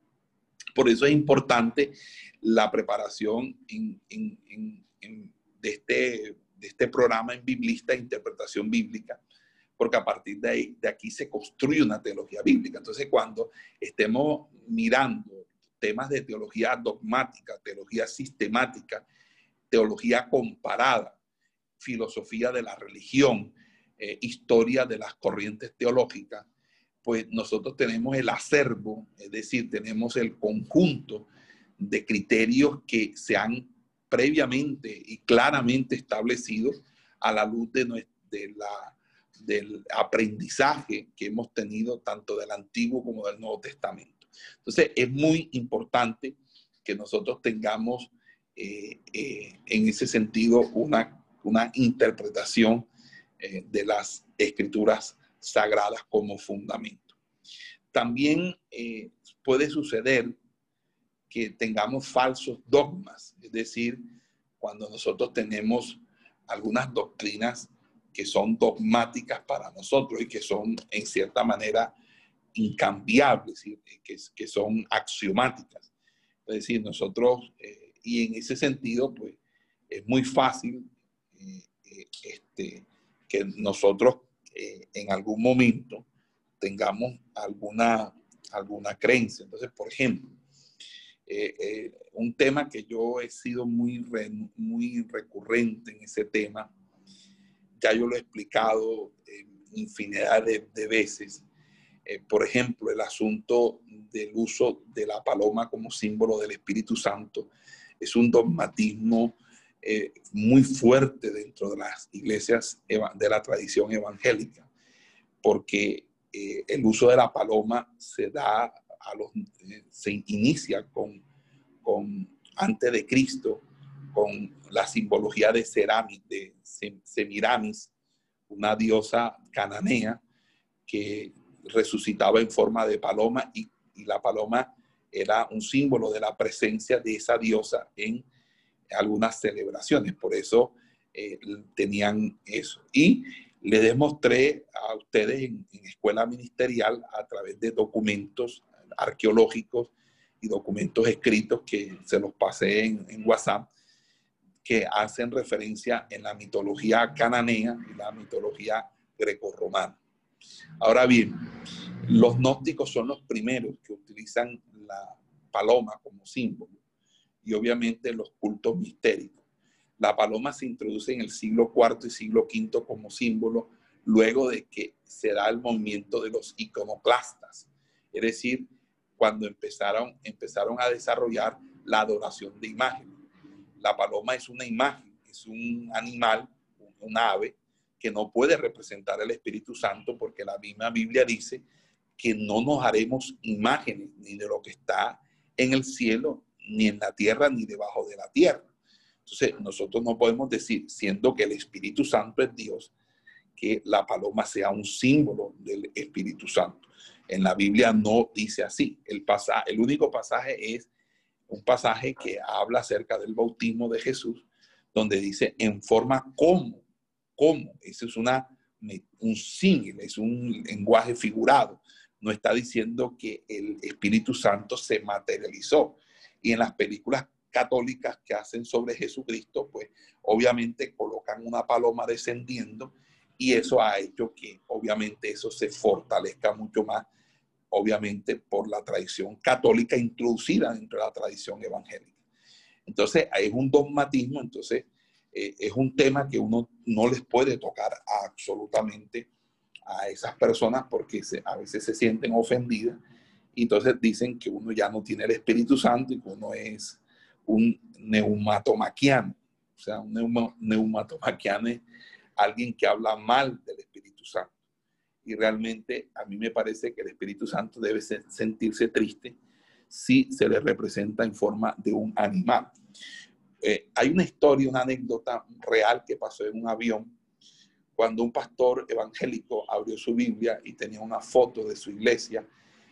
Por eso es importante la preparación en, en, en, en, de, este, de este programa en Biblista, Interpretación Bíblica, porque a partir de, ahí, de aquí se construye una teología bíblica. Entonces, cuando estemos mirando temas de teología dogmática, teología sistemática, teología comparada, filosofía de la religión, eh, historia de las corrientes teológicas, pues nosotros tenemos el acervo, es decir, tenemos el conjunto de criterios que se han previamente y claramente establecidos a la luz de, nuestra, de la, del aprendizaje que hemos tenido tanto del Antiguo como del Nuevo Testamento. Entonces, es muy importante que nosotros tengamos eh, eh, en ese sentido una, una interpretación eh, de las Escrituras sagradas como fundamento. También eh, puede suceder que tengamos falsos dogmas, es decir, cuando nosotros tenemos algunas doctrinas que son dogmáticas para nosotros y que son en cierta manera incambiables, que, que son axiomáticas. Es decir, nosotros, eh, y en ese sentido, pues, es muy fácil eh, eh, este, que nosotros eh, en algún momento tengamos alguna, alguna creencia. Entonces, por ejemplo, eh, eh, un tema que yo he sido muy, re, muy recurrente en ese tema, ya yo lo he explicado eh, infinidad de, de veces. Eh, por ejemplo, el asunto del uso de la paloma como símbolo del Espíritu Santo es un dogmatismo eh, muy fuerte dentro de las iglesias de la tradición evangélica, porque eh, el uso de la paloma se da a los, eh, se inicia con, con antes de Cristo, con la simbología de Seramis, de Semiramis, una diosa cananea que resucitaba en forma de paloma, y, y la paloma era un símbolo de la presencia de esa diosa en algunas celebraciones. Por eso eh, tenían eso. Y le demostré a ustedes en, en escuela ministerial, a través de documentos arqueológicos y documentos escritos que se los pasé en, en WhatsApp, que hacen referencia en la mitología cananea y la mitología grecorromana. Ahora bien, los gnósticos son los primeros que utilizan la paloma como símbolo y obviamente los cultos mistéricos. La paloma se introduce en el siglo cuarto y siglo quinto como símbolo luego de que se da el movimiento de los iconoclastas, es decir, cuando empezaron, empezaron a desarrollar la adoración de imágenes. La paloma es una imagen, es un animal, un ave, que no puede representar el Espíritu Santo porque la misma Biblia dice que no nos haremos imágenes ni de lo que está en el cielo, ni en la tierra, ni debajo de la tierra. Entonces, nosotros no podemos decir, siendo que el Espíritu Santo es Dios, que la paloma sea un símbolo del Espíritu Santo. En la Biblia no dice así. El, pasaje, el único pasaje es un pasaje que habla acerca del bautismo de Jesús, donde dice en forma como, como. Eso es una, un símil, es un lenguaje figurado. No está diciendo que el Espíritu Santo se materializó. Y en las películas católicas que hacen sobre Jesucristo, pues obviamente colocan una paloma descendiendo y eso ha hecho que obviamente eso se fortalezca mucho más, obviamente por la tradición católica introducida dentro de la tradición evangélica. Entonces, es un dogmatismo, entonces eh, es un tema que uno no les puede tocar a absolutamente a esas personas porque se, a veces se sienten ofendidas y entonces dicen que uno ya no tiene el Espíritu Santo y que uno es un neumatomaquiano. O sea, un neuma, neumatomaquiano es alguien que habla mal del Espíritu Santo. Y realmente a mí me parece que el Espíritu Santo debe sentirse triste si se le representa en forma de un animal. Eh, hay una historia, una anécdota real que pasó en un avión cuando un pastor evangélico abrió su Biblia y tenía una foto de su iglesia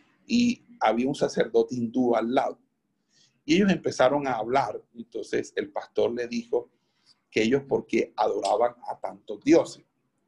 y había un sacerdote hindú al lado. Y ellos empezaron a hablar. Entonces el pastor le dijo que ellos porque adoraban a tantos dioses.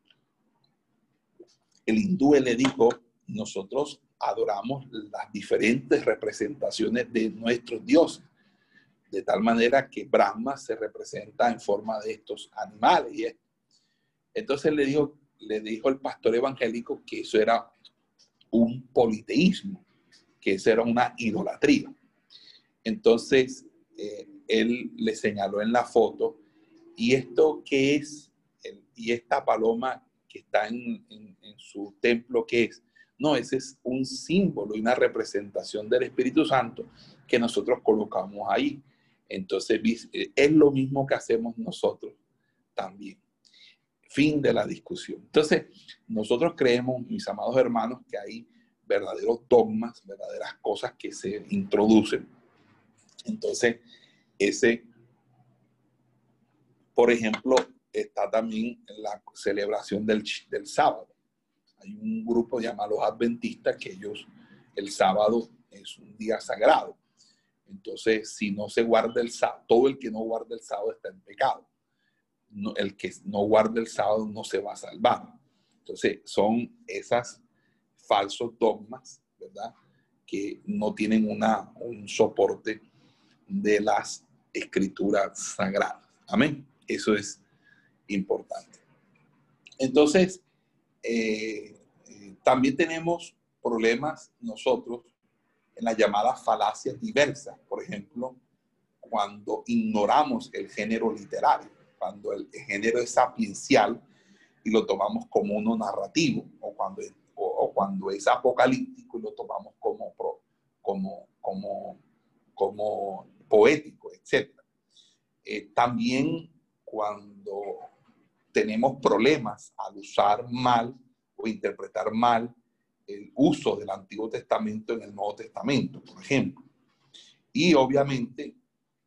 El hindú le dijo, nosotros adoramos las diferentes representaciones de nuestros dioses, de tal manera que Brahma se representa en forma de estos animales. Entonces le dijo, le dijo el pastor evangélico que eso era un politeísmo, que eso era una idolatría. Entonces eh, él le señaló en la foto, ¿y esto qué es? Y esta paloma que está en, en, en su templo, ¿qué es? No, ese es un símbolo y una representación del Espíritu Santo que nosotros colocamos ahí. Entonces, es lo mismo que hacemos nosotros también. Fin de la discusión. Entonces, nosotros creemos, mis amados hermanos, que hay verdaderos dogmas, verdaderas cosas que se introducen. Entonces, ese, por ejemplo, está también la celebración del, del sábado. Hay un grupo llamado los adventistas que ellos, el sábado es un día sagrado. Entonces, si no se guarda el sábado, todo el que no guarda el sábado está en pecado. No, el que no guarda el sábado no se va a salvar. Entonces, son esas falsos dogmas, ¿verdad? Que no tienen una, un soporte de las escrituras sagradas. Amén. Eso es importante. Entonces, eh, eh, también tenemos problemas nosotros en las llamadas falacias diversas. Por ejemplo, cuando ignoramos el género literario, cuando el, el género es sapiencial y lo tomamos como uno narrativo, o cuando, o, o cuando es apocalíptico y lo tomamos como, como, como, como poético, etcétera. Eh, también cuando tenemos problemas al usar mal o interpretar mal el uso del Antiguo Testamento en el Nuevo Testamento, por ejemplo. Y obviamente,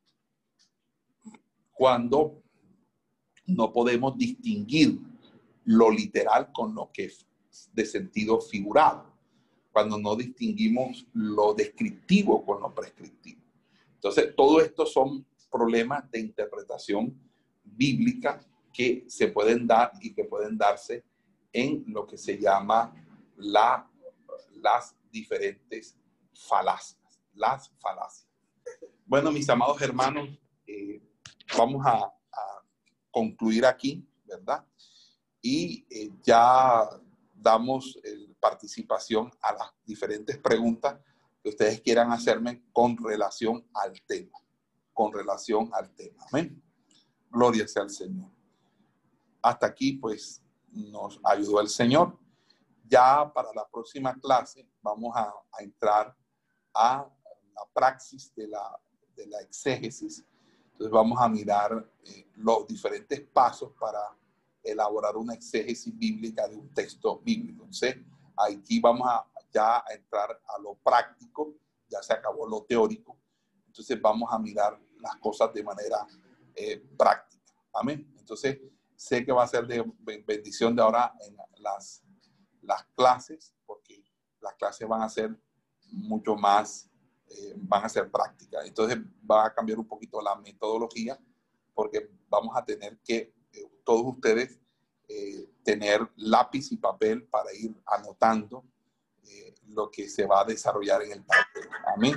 cuando no podemos distinguir lo literal con lo que es de sentido figurado, cuando no distinguimos lo descriptivo con lo prescriptivo. Entonces, todo esto son problemas de interpretación bíblica que se pueden dar y que pueden darse en lo que se llama la, las diferentes falacias, las falacias. Bueno, mis amados hermanos, eh, vamos a, a concluir aquí, ¿verdad? Y eh, ya damos eh, participación a las diferentes preguntas que ustedes quieran hacerme con relación al tema. Con relación al tema. Amén. Gloria sea al Señor. Hasta aquí, pues, nos ayudó el Señor. Ya para la próxima clase vamos a, a entrar a la praxis de la, de la exégesis. Entonces vamos a mirar eh, los diferentes pasos para elaborar una exégesis bíblica de un texto bíblico. Entonces, aquí vamos a ya a entrar a lo práctico, ya se acabó lo teórico. Entonces vamos a mirar las cosas de manera eh, práctica. Amén. Entonces, sé que va a ser de bendición de ahora en las, las clases, porque las clases van a ser mucho más, eh, van a ser prácticas. Entonces va a cambiar un poquito la metodología, porque vamos a tener que, eh, todos ustedes, eh, tener lápiz y papel para ir anotando eh, lo que se va a desarrollar en el papel. Amén.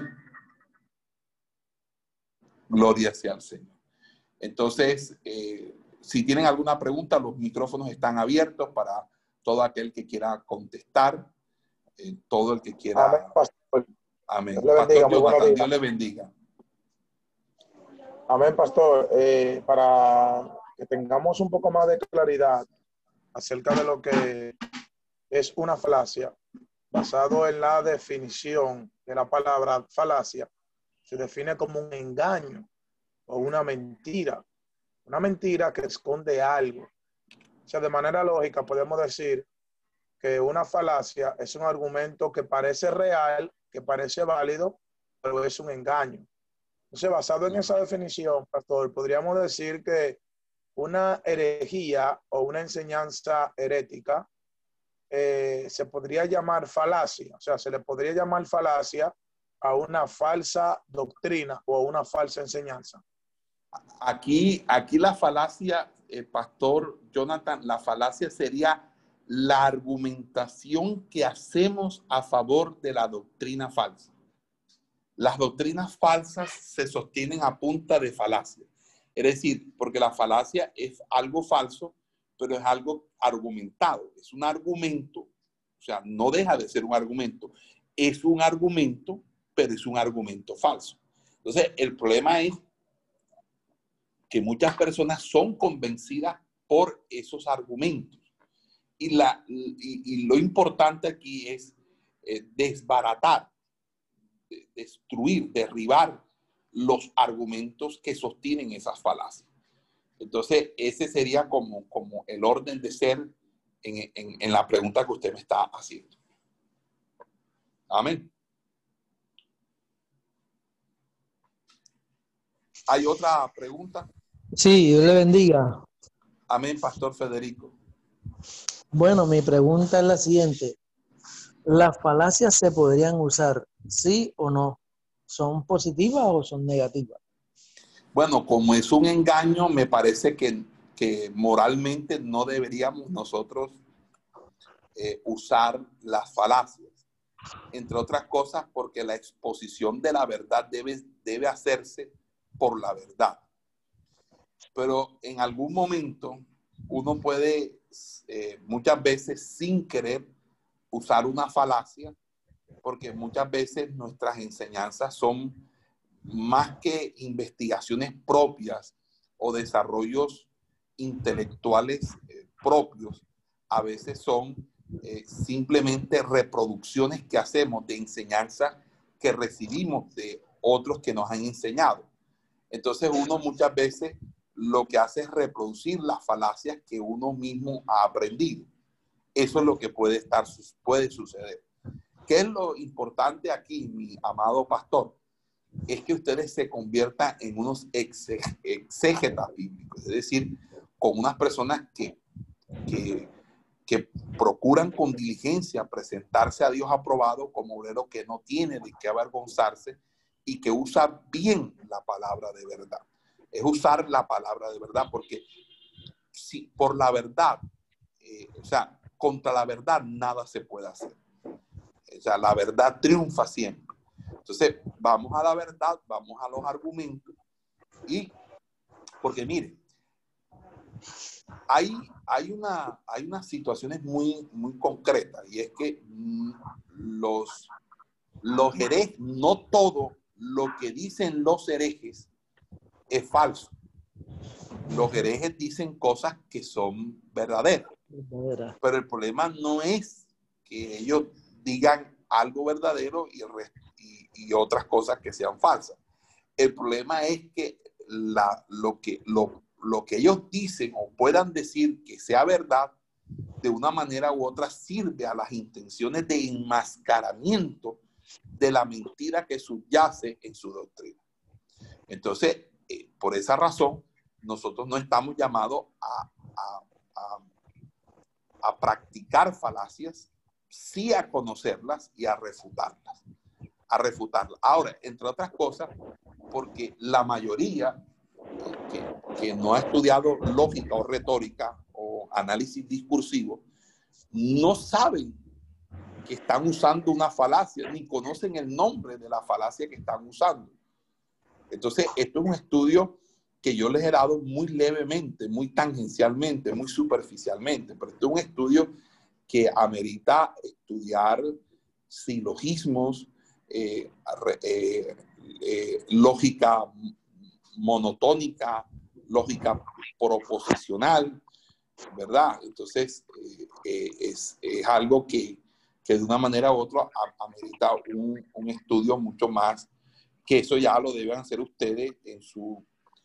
Gloria sea al Señor. Entonces, eh, si tienen alguna pregunta, los micrófonos están abiertos para todo aquel que quiera contestar, eh, todo el que quiera. Amén, pastor. Amén. Dios le bendiga. Pastor Muy buenos Jonathan, días. Dios le bendiga. Amén, pastor. Eh, para que tengamos un poco más de claridad acerca de lo que es una falacia, basado en la definición de la palabra falacia, se define como un engaño o una mentira. Una mentira que esconde algo. O sea, de manera lógica podemos decir que una falacia es un argumento que parece real, que parece válido, pero es un engaño. Entonces, basado en esa definición, pastor, podríamos decir que una herejía o una enseñanza herética eh, se podría llamar falacia. O sea, se le podría llamar falacia a una falsa doctrina o a una falsa enseñanza. Aquí, aquí la falacia, eh, Pastor Jonathan, la falacia sería la argumentación que hacemos a favor de la doctrina falsa. Las doctrinas falsas se sostienen a punta de falacia. Es decir, porque la falacia es algo falso, pero es algo argumentado. Es un argumento, o sea, no deja de ser un argumento. Es un argumento, pero es un argumento falso. Entonces, el problema es que muchas personas son convencidas por esos argumentos. Y, la, y, y lo importante aquí es eh, desbaratar, de, destruir, derribar los argumentos que sostienen esas falacias. Entonces, ese sería como, como el orden de ser en, en, en la pregunta que usted me está haciendo. Amén. ¿Hay otra pregunta? Sí, Dios le bendiga. Amén, Pastor Federico. Bueno, mi pregunta es la siguiente. ¿Las falacias se podrían usar, sí o no? ¿Son positivas o son negativas? Bueno, como es un engaño, me parece que, que moralmente no deberíamos nosotros eh, usar las falacias. Entre otras cosas, porque la exposición de la verdad debe, debe hacerse por la verdad. Pero en algún momento uno puede, eh, muchas veces sin querer, usar una falacia, porque muchas veces nuestras enseñanzas son más que investigaciones propias o desarrollos intelectuales eh, propios, a veces son eh, simplemente reproducciones que hacemos de enseñanzas que recibimos de otros que nos han enseñado. Entonces uno muchas veces lo que hace es reproducir las falacias que uno mismo ha aprendido. Eso es lo que puede, estar, puede suceder. ¿Qué es lo importante aquí, mi amado pastor? Es que ustedes se conviertan en unos exégetas bíblicos, es decir, con unas personas que, que, que procuran con diligencia presentarse a Dios aprobado como obrero que no tiene de qué avergonzarse y que usa bien la palabra de verdad. Es usar la palabra de verdad, porque si por la verdad, eh, o sea, contra la verdad nada se puede hacer. O sea, la verdad triunfa siempre. Entonces, vamos a la verdad, vamos a los argumentos y, porque mire, hay, hay, una, hay unas situaciones muy, muy concretas, y es que los, los herejes, no todo lo que dicen los herejes es falso. Los herejes dicen cosas que son verdaderas, pero el problema no es que ellos digan algo verdadero y, el resto, y, y otras cosas que sean falsas. El problema es que la, lo, que, lo, lo que ellos dicen o puedan decir que sea verdad, de una manera u otra sirve a las intenciones de enmascaramiento de la mentira que subyace en su doctrina. Entonces, eh, por esa razón, nosotros no estamos llamados a, a, a, a practicar falacias, sí a conocerlas y a refutarlas. A refutarlas. Ahora, entre otras cosas, porque la mayoría que, que no ha estudiado lógica o retórica o análisis discursivo, no saben que están usando una falacia, ni conocen el nombre de la falacia que están usando. Entonces, esto es un estudio que yo les he dado muy levemente, muy tangencialmente, muy superficialmente, pero esto es un estudio que amerita estudiar silogismos, eh, eh, eh, lógica monotónica, lógica proposicional, ¿verdad? Entonces, eh, eh, es, es algo que, que de una manera u otra amerita un, un estudio mucho más, que eso ya lo deben hacer ustedes en su,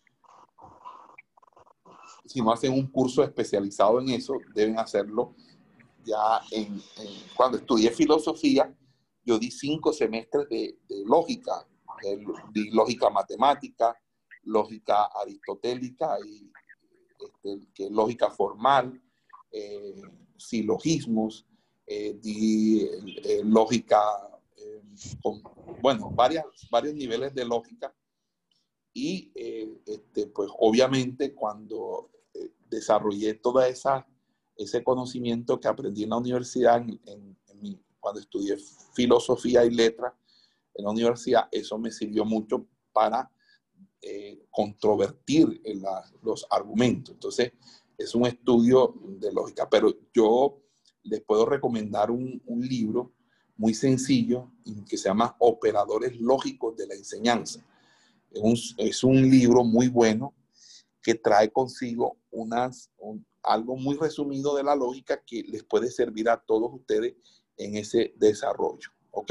si no hacen un curso especializado en eso, deben hacerlo ya en, en cuando estudié filosofía, yo di cinco semestres de, de lógica, de, de lógica matemática, lógica aristotélica y este, que lógica formal, eh, silogismos, eh, di, eh, lógica, eh, con, bueno, varias, varios niveles de lógica. Y eh, este, pues obviamente cuando eh, desarrollé toda esa ese conocimiento que aprendí en la universidad, en, en, en mi, cuando estudié filosofía y letras en la universidad, eso me sirvió mucho para eh, controvertir en la, los argumentos. Entonces, es un estudio de lógica, pero yo les puedo recomendar un, un libro muy sencillo que se llama Operadores Lógicos de la Enseñanza. Es un, es un libro muy bueno que trae consigo unas, un, algo muy resumido de la lógica que les puede servir a todos ustedes en ese desarrollo. ¿Ok?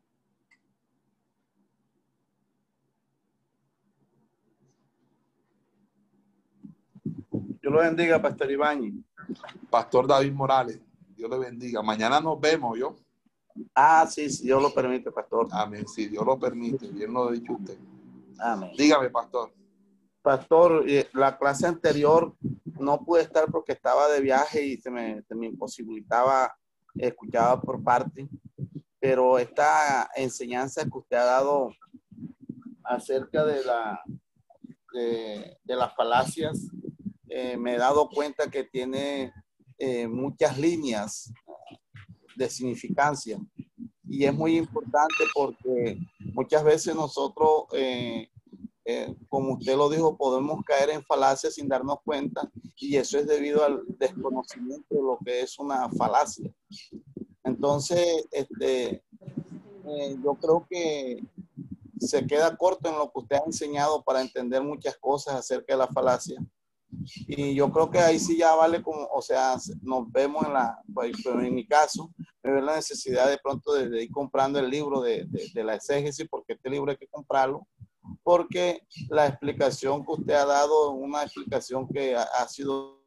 Dios lo bendiga, Pastor Ibáñez. Pastor David Morales, Dios le bendiga. Mañana nos vemos, ¿yo? Ah, sí, si Dios lo permite, Pastor. Amén, si Dios lo permite, bien lo ha dicho usted. Amén. Dígame, Pastor. Pastor, la clase anterior no pude estar porque estaba de viaje y se me, se me imposibilitaba escuchar por parte, pero esta enseñanza que usted ha dado acerca de, la, de, de las falacias, eh, me he dado cuenta que tiene eh, muchas líneas de significancia y es muy importante porque muchas veces nosotros eh, Eh, como usted lo dijo, podemos caer en falacias sin darnos cuenta y eso es debido al desconocimiento de lo que es una falacia. Entonces, este, eh, yo creo que se queda corto en lo que usted ha enseñado para entender muchas cosas acerca de la falacia. Y yo creo que ahí sí ya vale como, o sea, nos vemos en la, pero en mi caso, me veo la necesidad de pronto de, de ir comprando el libro de, de, de la exégesis, porque este libro hay que comprarlo, porque la explicación que usted ha dado es una explicación que ha, ha sido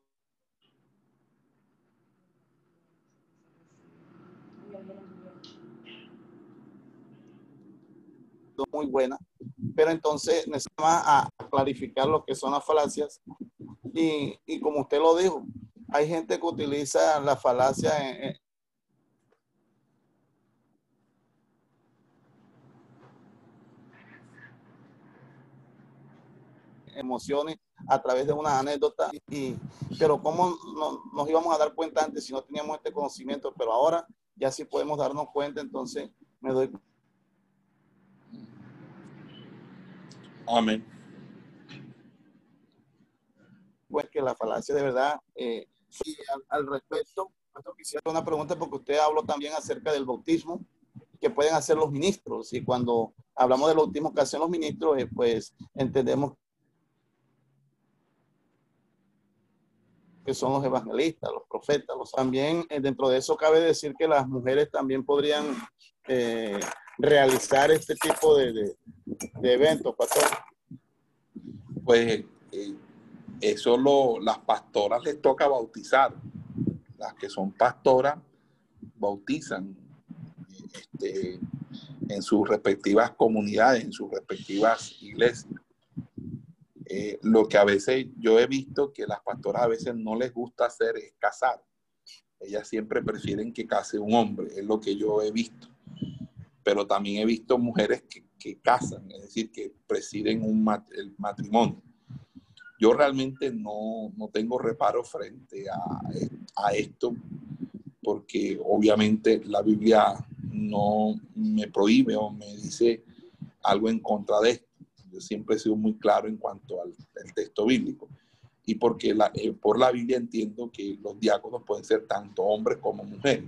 muy buena, pero entonces necesitamos a, a clarificar lo que son las falacias y, y como usted lo dijo, hay gente que utiliza la falacia en, en emociones a través de unas anécdotas, y, pero cómo no, nos íbamos a dar cuenta antes si no teníamos este conocimiento, pero ahora ya sí podemos darnos cuenta, entonces me doy Amén. pues que que la falacia de verdad, eh, sí, al, al respecto, pastor, quisiera hacer una pregunta porque usted habló también acerca del bautismo que pueden hacer los ministros, y cuando hablamos del bautismo que hacen los ministros, eh, pues entendemos que son los evangelistas, los profetas. Los... También eh, dentro de eso cabe decir que las mujeres también podrían eh, realizar este tipo de, de, de eventos, pastor. Pues eh, eso lo, las pastoras les toca bautizar. Las que son pastoras bautizan este, en sus respectivas comunidades, en sus respectivas iglesias. Eh, lo que a veces yo he visto que las pastoras a veces no les gusta hacer es casar. Ellas siempre prefieren que case un hombre, es lo que yo he visto. Pero también he visto mujeres que, que casan, es decir, que presiden un mat el matrimonio. Yo realmente no, no tengo reparo frente a, a esto, porque obviamente la Biblia no me prohíbe o me dice algo en contra de esto. Yo siempre he sido muy claro en cuanto al, al texto bíblico. Y porque la, eh, por la Biblia entiendo que los diáconos pueden ser tanto hombres como mujeres.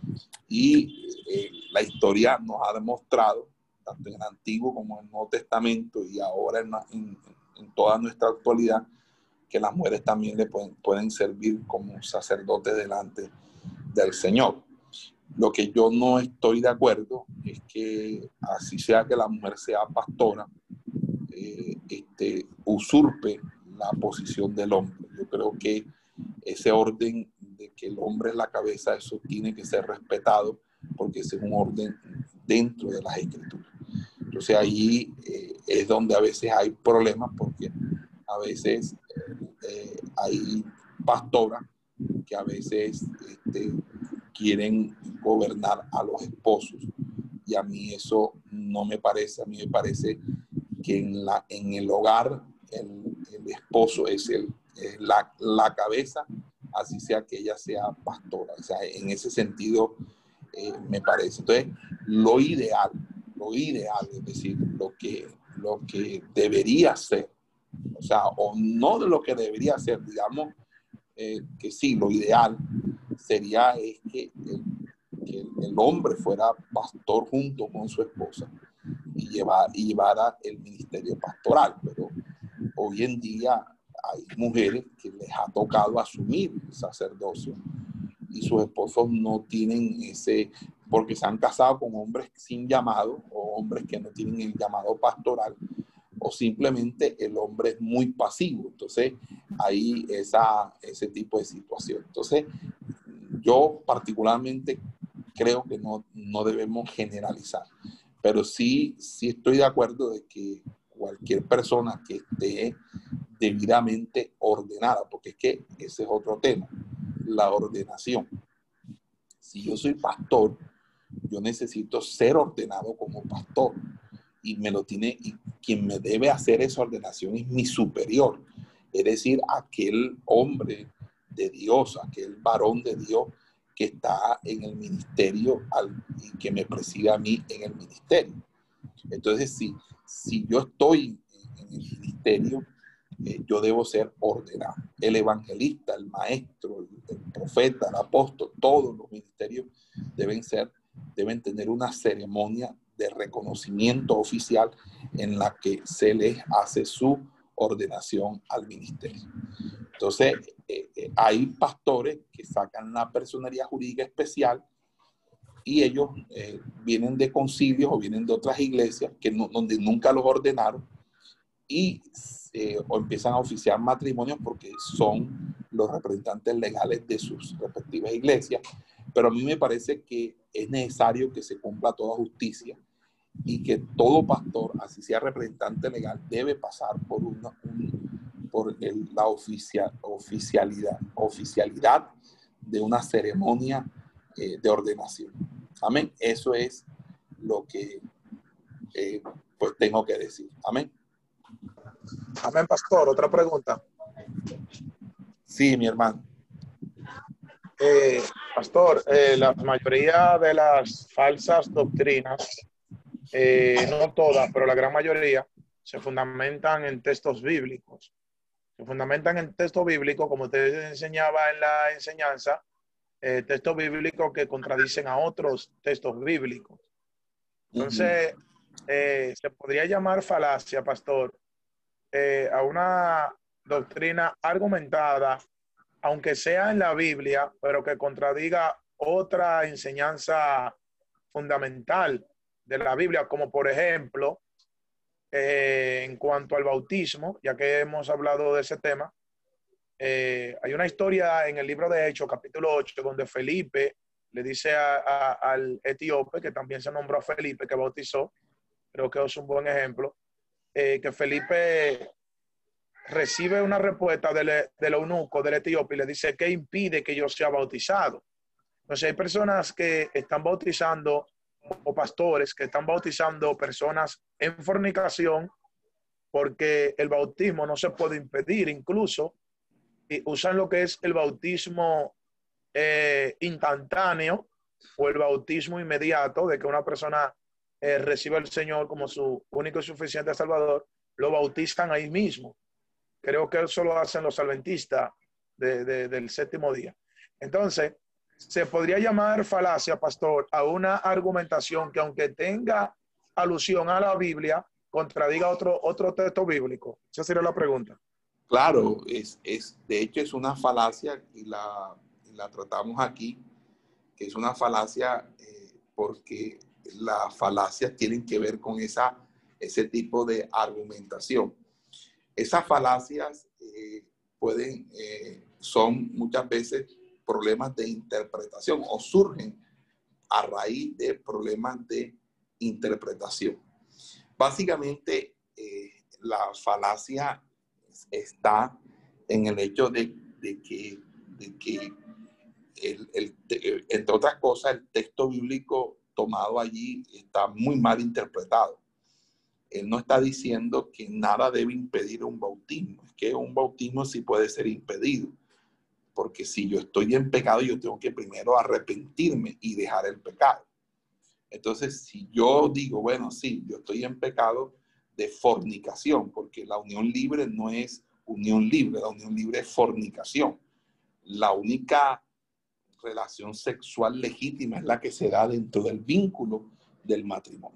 Y eh, la historia nos ha demostrado, tanto en el Antiguo como en el Nuevo Testamento y ahora en, en, en toda nuestra actualidad, que las mujeres también le pueden, pueden servir como sacerdotes delante del Señor. Lo que yo no estoy de acuerdo es que así sea que la mujer sea pastora, eh, este, usurpe la posición del hombre. Yo creo que ese orden de que el hombre es la cabeza, eso tiene que ser respetado, porque ese es un orden dentro de las escrituras. Entonces ahí eh, es donde a veces hay problemas, porque a veces eh, hay pastoras que a veces este, quieren gobernar a los esposos, y a mí eso no me parece. A mí me parece que en, la, en el hogar el, el esposo es, el, es la, la cabeza, así sea que ella sea pastora. O sea, en ese sentido eh, me parece. Entonces, lo ideal, lo ideal, es decir, lo que, lo que debería ser, o sea, o no de lo que debería ser, digamos, eh, que sí, lo ideal sería es que el, que el hombre fuera pastor junto con su esposa y, llevar, y llevara el ministerio pastoral. Pero hoy en día hay mujeres que les ha tocado asumir el sacerdocio y sus esposos no tienen ese, porque se han casado con hombres sin llamado o hombres que no tienen el llamado pastoral, o simplemente el hombre es muy pasivo. Entonces hay esa, ese tipo de situación. Entonces yo particularmente creo que no, no debemos generalizar, pero sí, sí estoy de acuerdo de que cualquier persona que esté debidamente ordenada, porque es que ese es otro tema, la ordenación. Si yo soy pastor, yo necesito ser ordenado como pastor, y me lo tiene, y quien me debe hacer esa ordenación es mi superior, es decir, aquel hombre de Dios, aquel varón de Dios que está en el ministerio al, y que me preside a mí en el ministerio. Entonces, si, si yo estoy en el ministerio, eh, yo debo ser ordenado. El evangelista, el maestro, el, el profeta, el apóstol, todos los ministerios deben ser, deben tener una ceremonia de reconocimiento oficial en la que se les hace su ordenación al ministerio. Entonces, eh, eh, hay pastores que sacan la personería jurídica especial y ellos eh, vienen de concilios o vienen de otras iglesias que no, donde nunca los ordenaron y eh, o empiezan a oficiar matrimonios porque son los representantes legales de sus respectivas iglesias. Pero a mí me parece que es necesario que se cumpla toda justicia y que todo pastor, así sea representante legal, debe pasar por, una, un, por el, la oficial, oficialidad, oficialidad de una ceremonia eh, de ordenación. Amén. Eso es lo que eh, pues tengo que decir. Amén. Amén, pastor. Otra pregunta. Sí, mi hermano. Eh, pastor, eh, la mayoría de las falsas doctrinas, eh, no todas, pero la gran mayoría, se fundamentan en textos bíblicos. se fundamentan en texto bíblico, como usted enseñaba en la enseñanza, eh, textos bíblicos que contradicen a otros textos bíblicos. Entonces, uh-huh. eh, se podría llamar falacia, pastor, eh, a una doctrina argumentada, aunque sea en la Biblia, pero que contradiga otra enseñanza fundamental de la Biblia, como por ejemplo, eh, en cuanto al bautismo, ya que hemos hablado de ese tema, eh, hay una historia en el libro de Hechos, capítulo ocho, donde Felipe le dice a, a, al etíope, que también se nombró a Felipe, que bautizó, creo que es un buen ejemplo, eh, que Felipe recibe una respuesta del, del eunuco, del etíope, y le dice, ¿qué impide que yo sea bautizado? Entonces hay personas que están bautizando, o pastores que están bautizando personas en fornicación, porque el bautismo no se puede impedir, incluso y usan lo que es el bautismo eh, instantáneo o el bautismo inmediato, de que una persona eh, reciba al Señor como su único y suficiente Salvador, lo bautizan ahí mismo. Creo que eso lo hacen los adventistas de, de, del séptimo día. Entonces, se podría llamar falacia, pastor, a una argumentación que, aunque tenga alusión a la Biblia, contradiga otro, otro texto bíblico. Esa sería la pregunta. Claro, es, es, de hecho es una falacia y la, y la tratamos aquí, que es una falacia eh, porque las falacias tienen que ver con esa, ese tipo de argumentación. Esas falacias eh, pueden, eh, son muchas veces problemas de interpretación o surgen a raíz de problemas de interpretación. Básicamente, eh, la falacia está en el hecho de, de que, de que el, el, entre otras cosas, el texto bíblico tomado allí está muy mal interpretado. Él no está diciendo que nada debe impedir un bautismo. Es que un bautismo sí puede ser impedido. Porque si yo estoy en pecado, yo tengo que primero arrepentirme y dejar el pecado. Entonces, si yo digo, bueno, sí, yo estoy en pecado de fornicación, porque la unión libre no es unión libre, la unión libre es fornicación. La única relación sexual legítima es la que se da dentro del vínculo del matrimonio.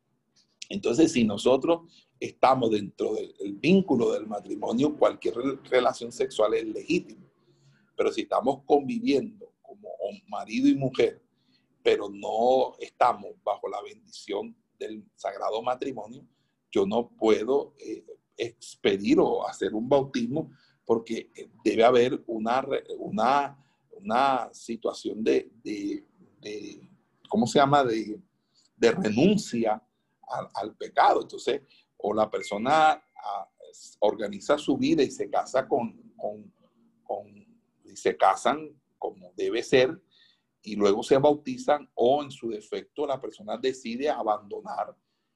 Entonces, si nosotros estamos dentro del vínculo del matrimonio, cualquier relación sexual es legítima. Pero si estamos conviviendo como marido y mujer, pero no estamos bajo la bendición del sagrado matrimonio, yo no puedo eh, expedir o hacer un bautismo, porque debe haber una, una, una situación de, de, de, ¿cómo se llama?, de, de renuncia al, al pecado. Entonces, o la persona a, organiza su vida y se casa con, con, con y se casan como debe ser, y luego se bautizan, o en su defecto la persona decide abandonar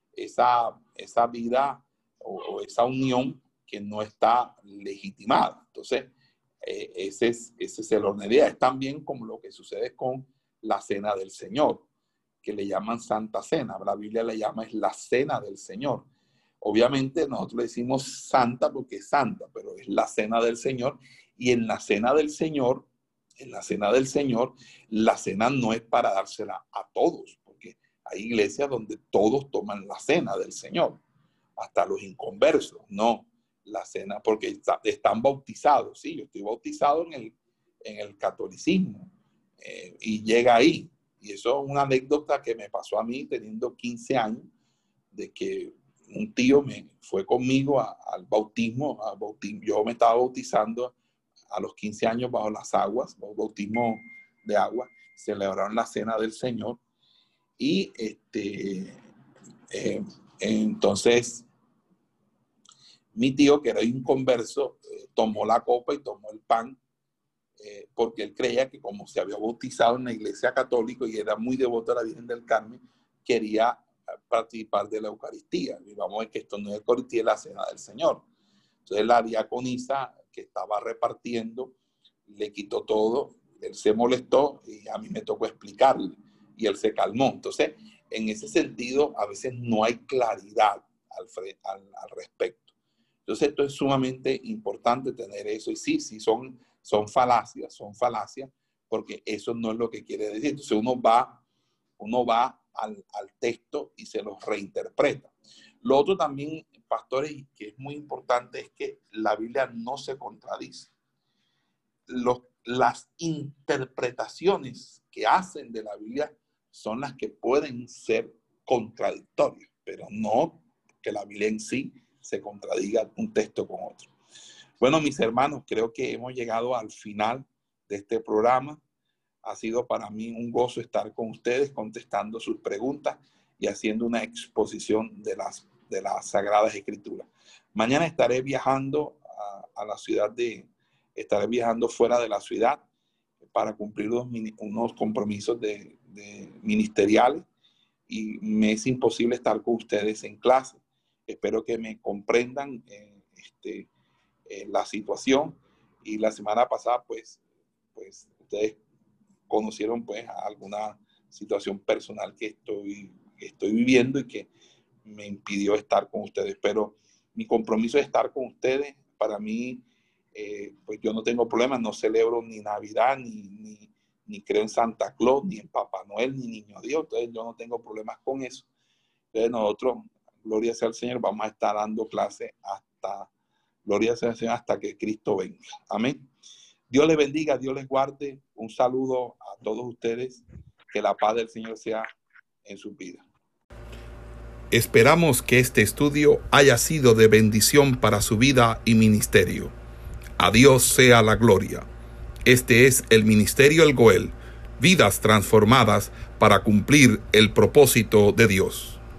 esa, esa vida o, o esa unión que no está legitimada. Entonces, eh, ese, es, ese es el orden de idea. Es también como lo que sucede con la cena del Señor, que le llaman Santa Cena. La Biblia le llama es la cena del Señor. Obviamente nosotros le decimos santa porque es santa, pero es la cena del Señor. Y en la cena del Señor, en la cena del Señor, la cena no es para dársela a todos, porque hay iglesias donde todos toman la cena del Señor, hasta los inconversos. No, la cena, porque está, están bautizados. Sí, yo estoy bautizado en el, en el catolicismo eh, y llega ahí. Y eso es una anécdota que me pasó a mí teniendo quince años, de que un tío me fue conmigo a, al bautismo, a bautismo. Yo me estaba bautizando a los quince años bajo las aguas, bautismo de agua. Celebraron la cena del Señor. Y este, eh, entonces mi tío, que era un converso, eh, tomó la copa y tomó el pan, eh, porque él creía que como se había bautizado en la iglesia católica y era muy devoto a la Virgen del Carmen, quería participar de la Eucaristía. Y vamos a ver que esto no es Eucaristía, es la cena del Señor. Entonces la diaconisa que estaba repartiendo le quitó todo, él se molestó y a mí me tocó explicarle y él se calmó. Entonces, en ese sentido, a veces no hay claridad al, al, al respecto. Entonces esto es sumamente importante tener eso. Y sí, sí, son, son falacias, son falacias, porque eso no es lo que quiere decir. Entonces uno va, uno va al, al texto y se los reinterpreta. Lo otro también, pastores, que es muy importante, es que la Biblia no se contradice. Los, las interpretaciones que hacen de la Biblia son las que pueden ser contradictorias, pero no que la Biblia en sí se contradiga un texto con otro. Bueno, mis hermanos, creo que hemos llegado al final de este programa. Ha sido para mí un gozo estar con ustedes, contestando sus preguntas y haciendo una exposición de las, de las Sagradas Escrituras. Mañana estaré viajando a, a la ciudad de, estaré viajando fuera de la ciudad para cumplir unos, unos compromisos de, de ministeriales y me es imposible estar con ustedes en clase. Espero que me comprendan eh, este, eh, la situación. Y la semana pasada, pues, pues ustedes conocieron pues alguna situación personal que estoy, que estoy viviendo y que me impidió estar con ustedes. Pero mi compromiso es estar con ustedes. Para mí, eh, pues yo no tengo problemas, no celebro ni Navidad, ni, ni, ni creo en Santa Claus, ni en Papá Noel, ni Niño Dios. Entonces yo no tengo problemas con eso. Entonces nosotros, gloria sea al Señor, vamos a estar dando clase hasta, gloria sea al Señor, hasta que Cristo venga. Amén. Dios les bendiga, Dios les guarde. Un saludo a todos ustedes. Que la paz del Señor sea en su vida. Esperamos que este estudio haya sido de bendición para su vida y ministerio. A Dios sea la gloria. Este es el Ministerio El Goel, vidas transformadas para cumplir el propósito de Dios.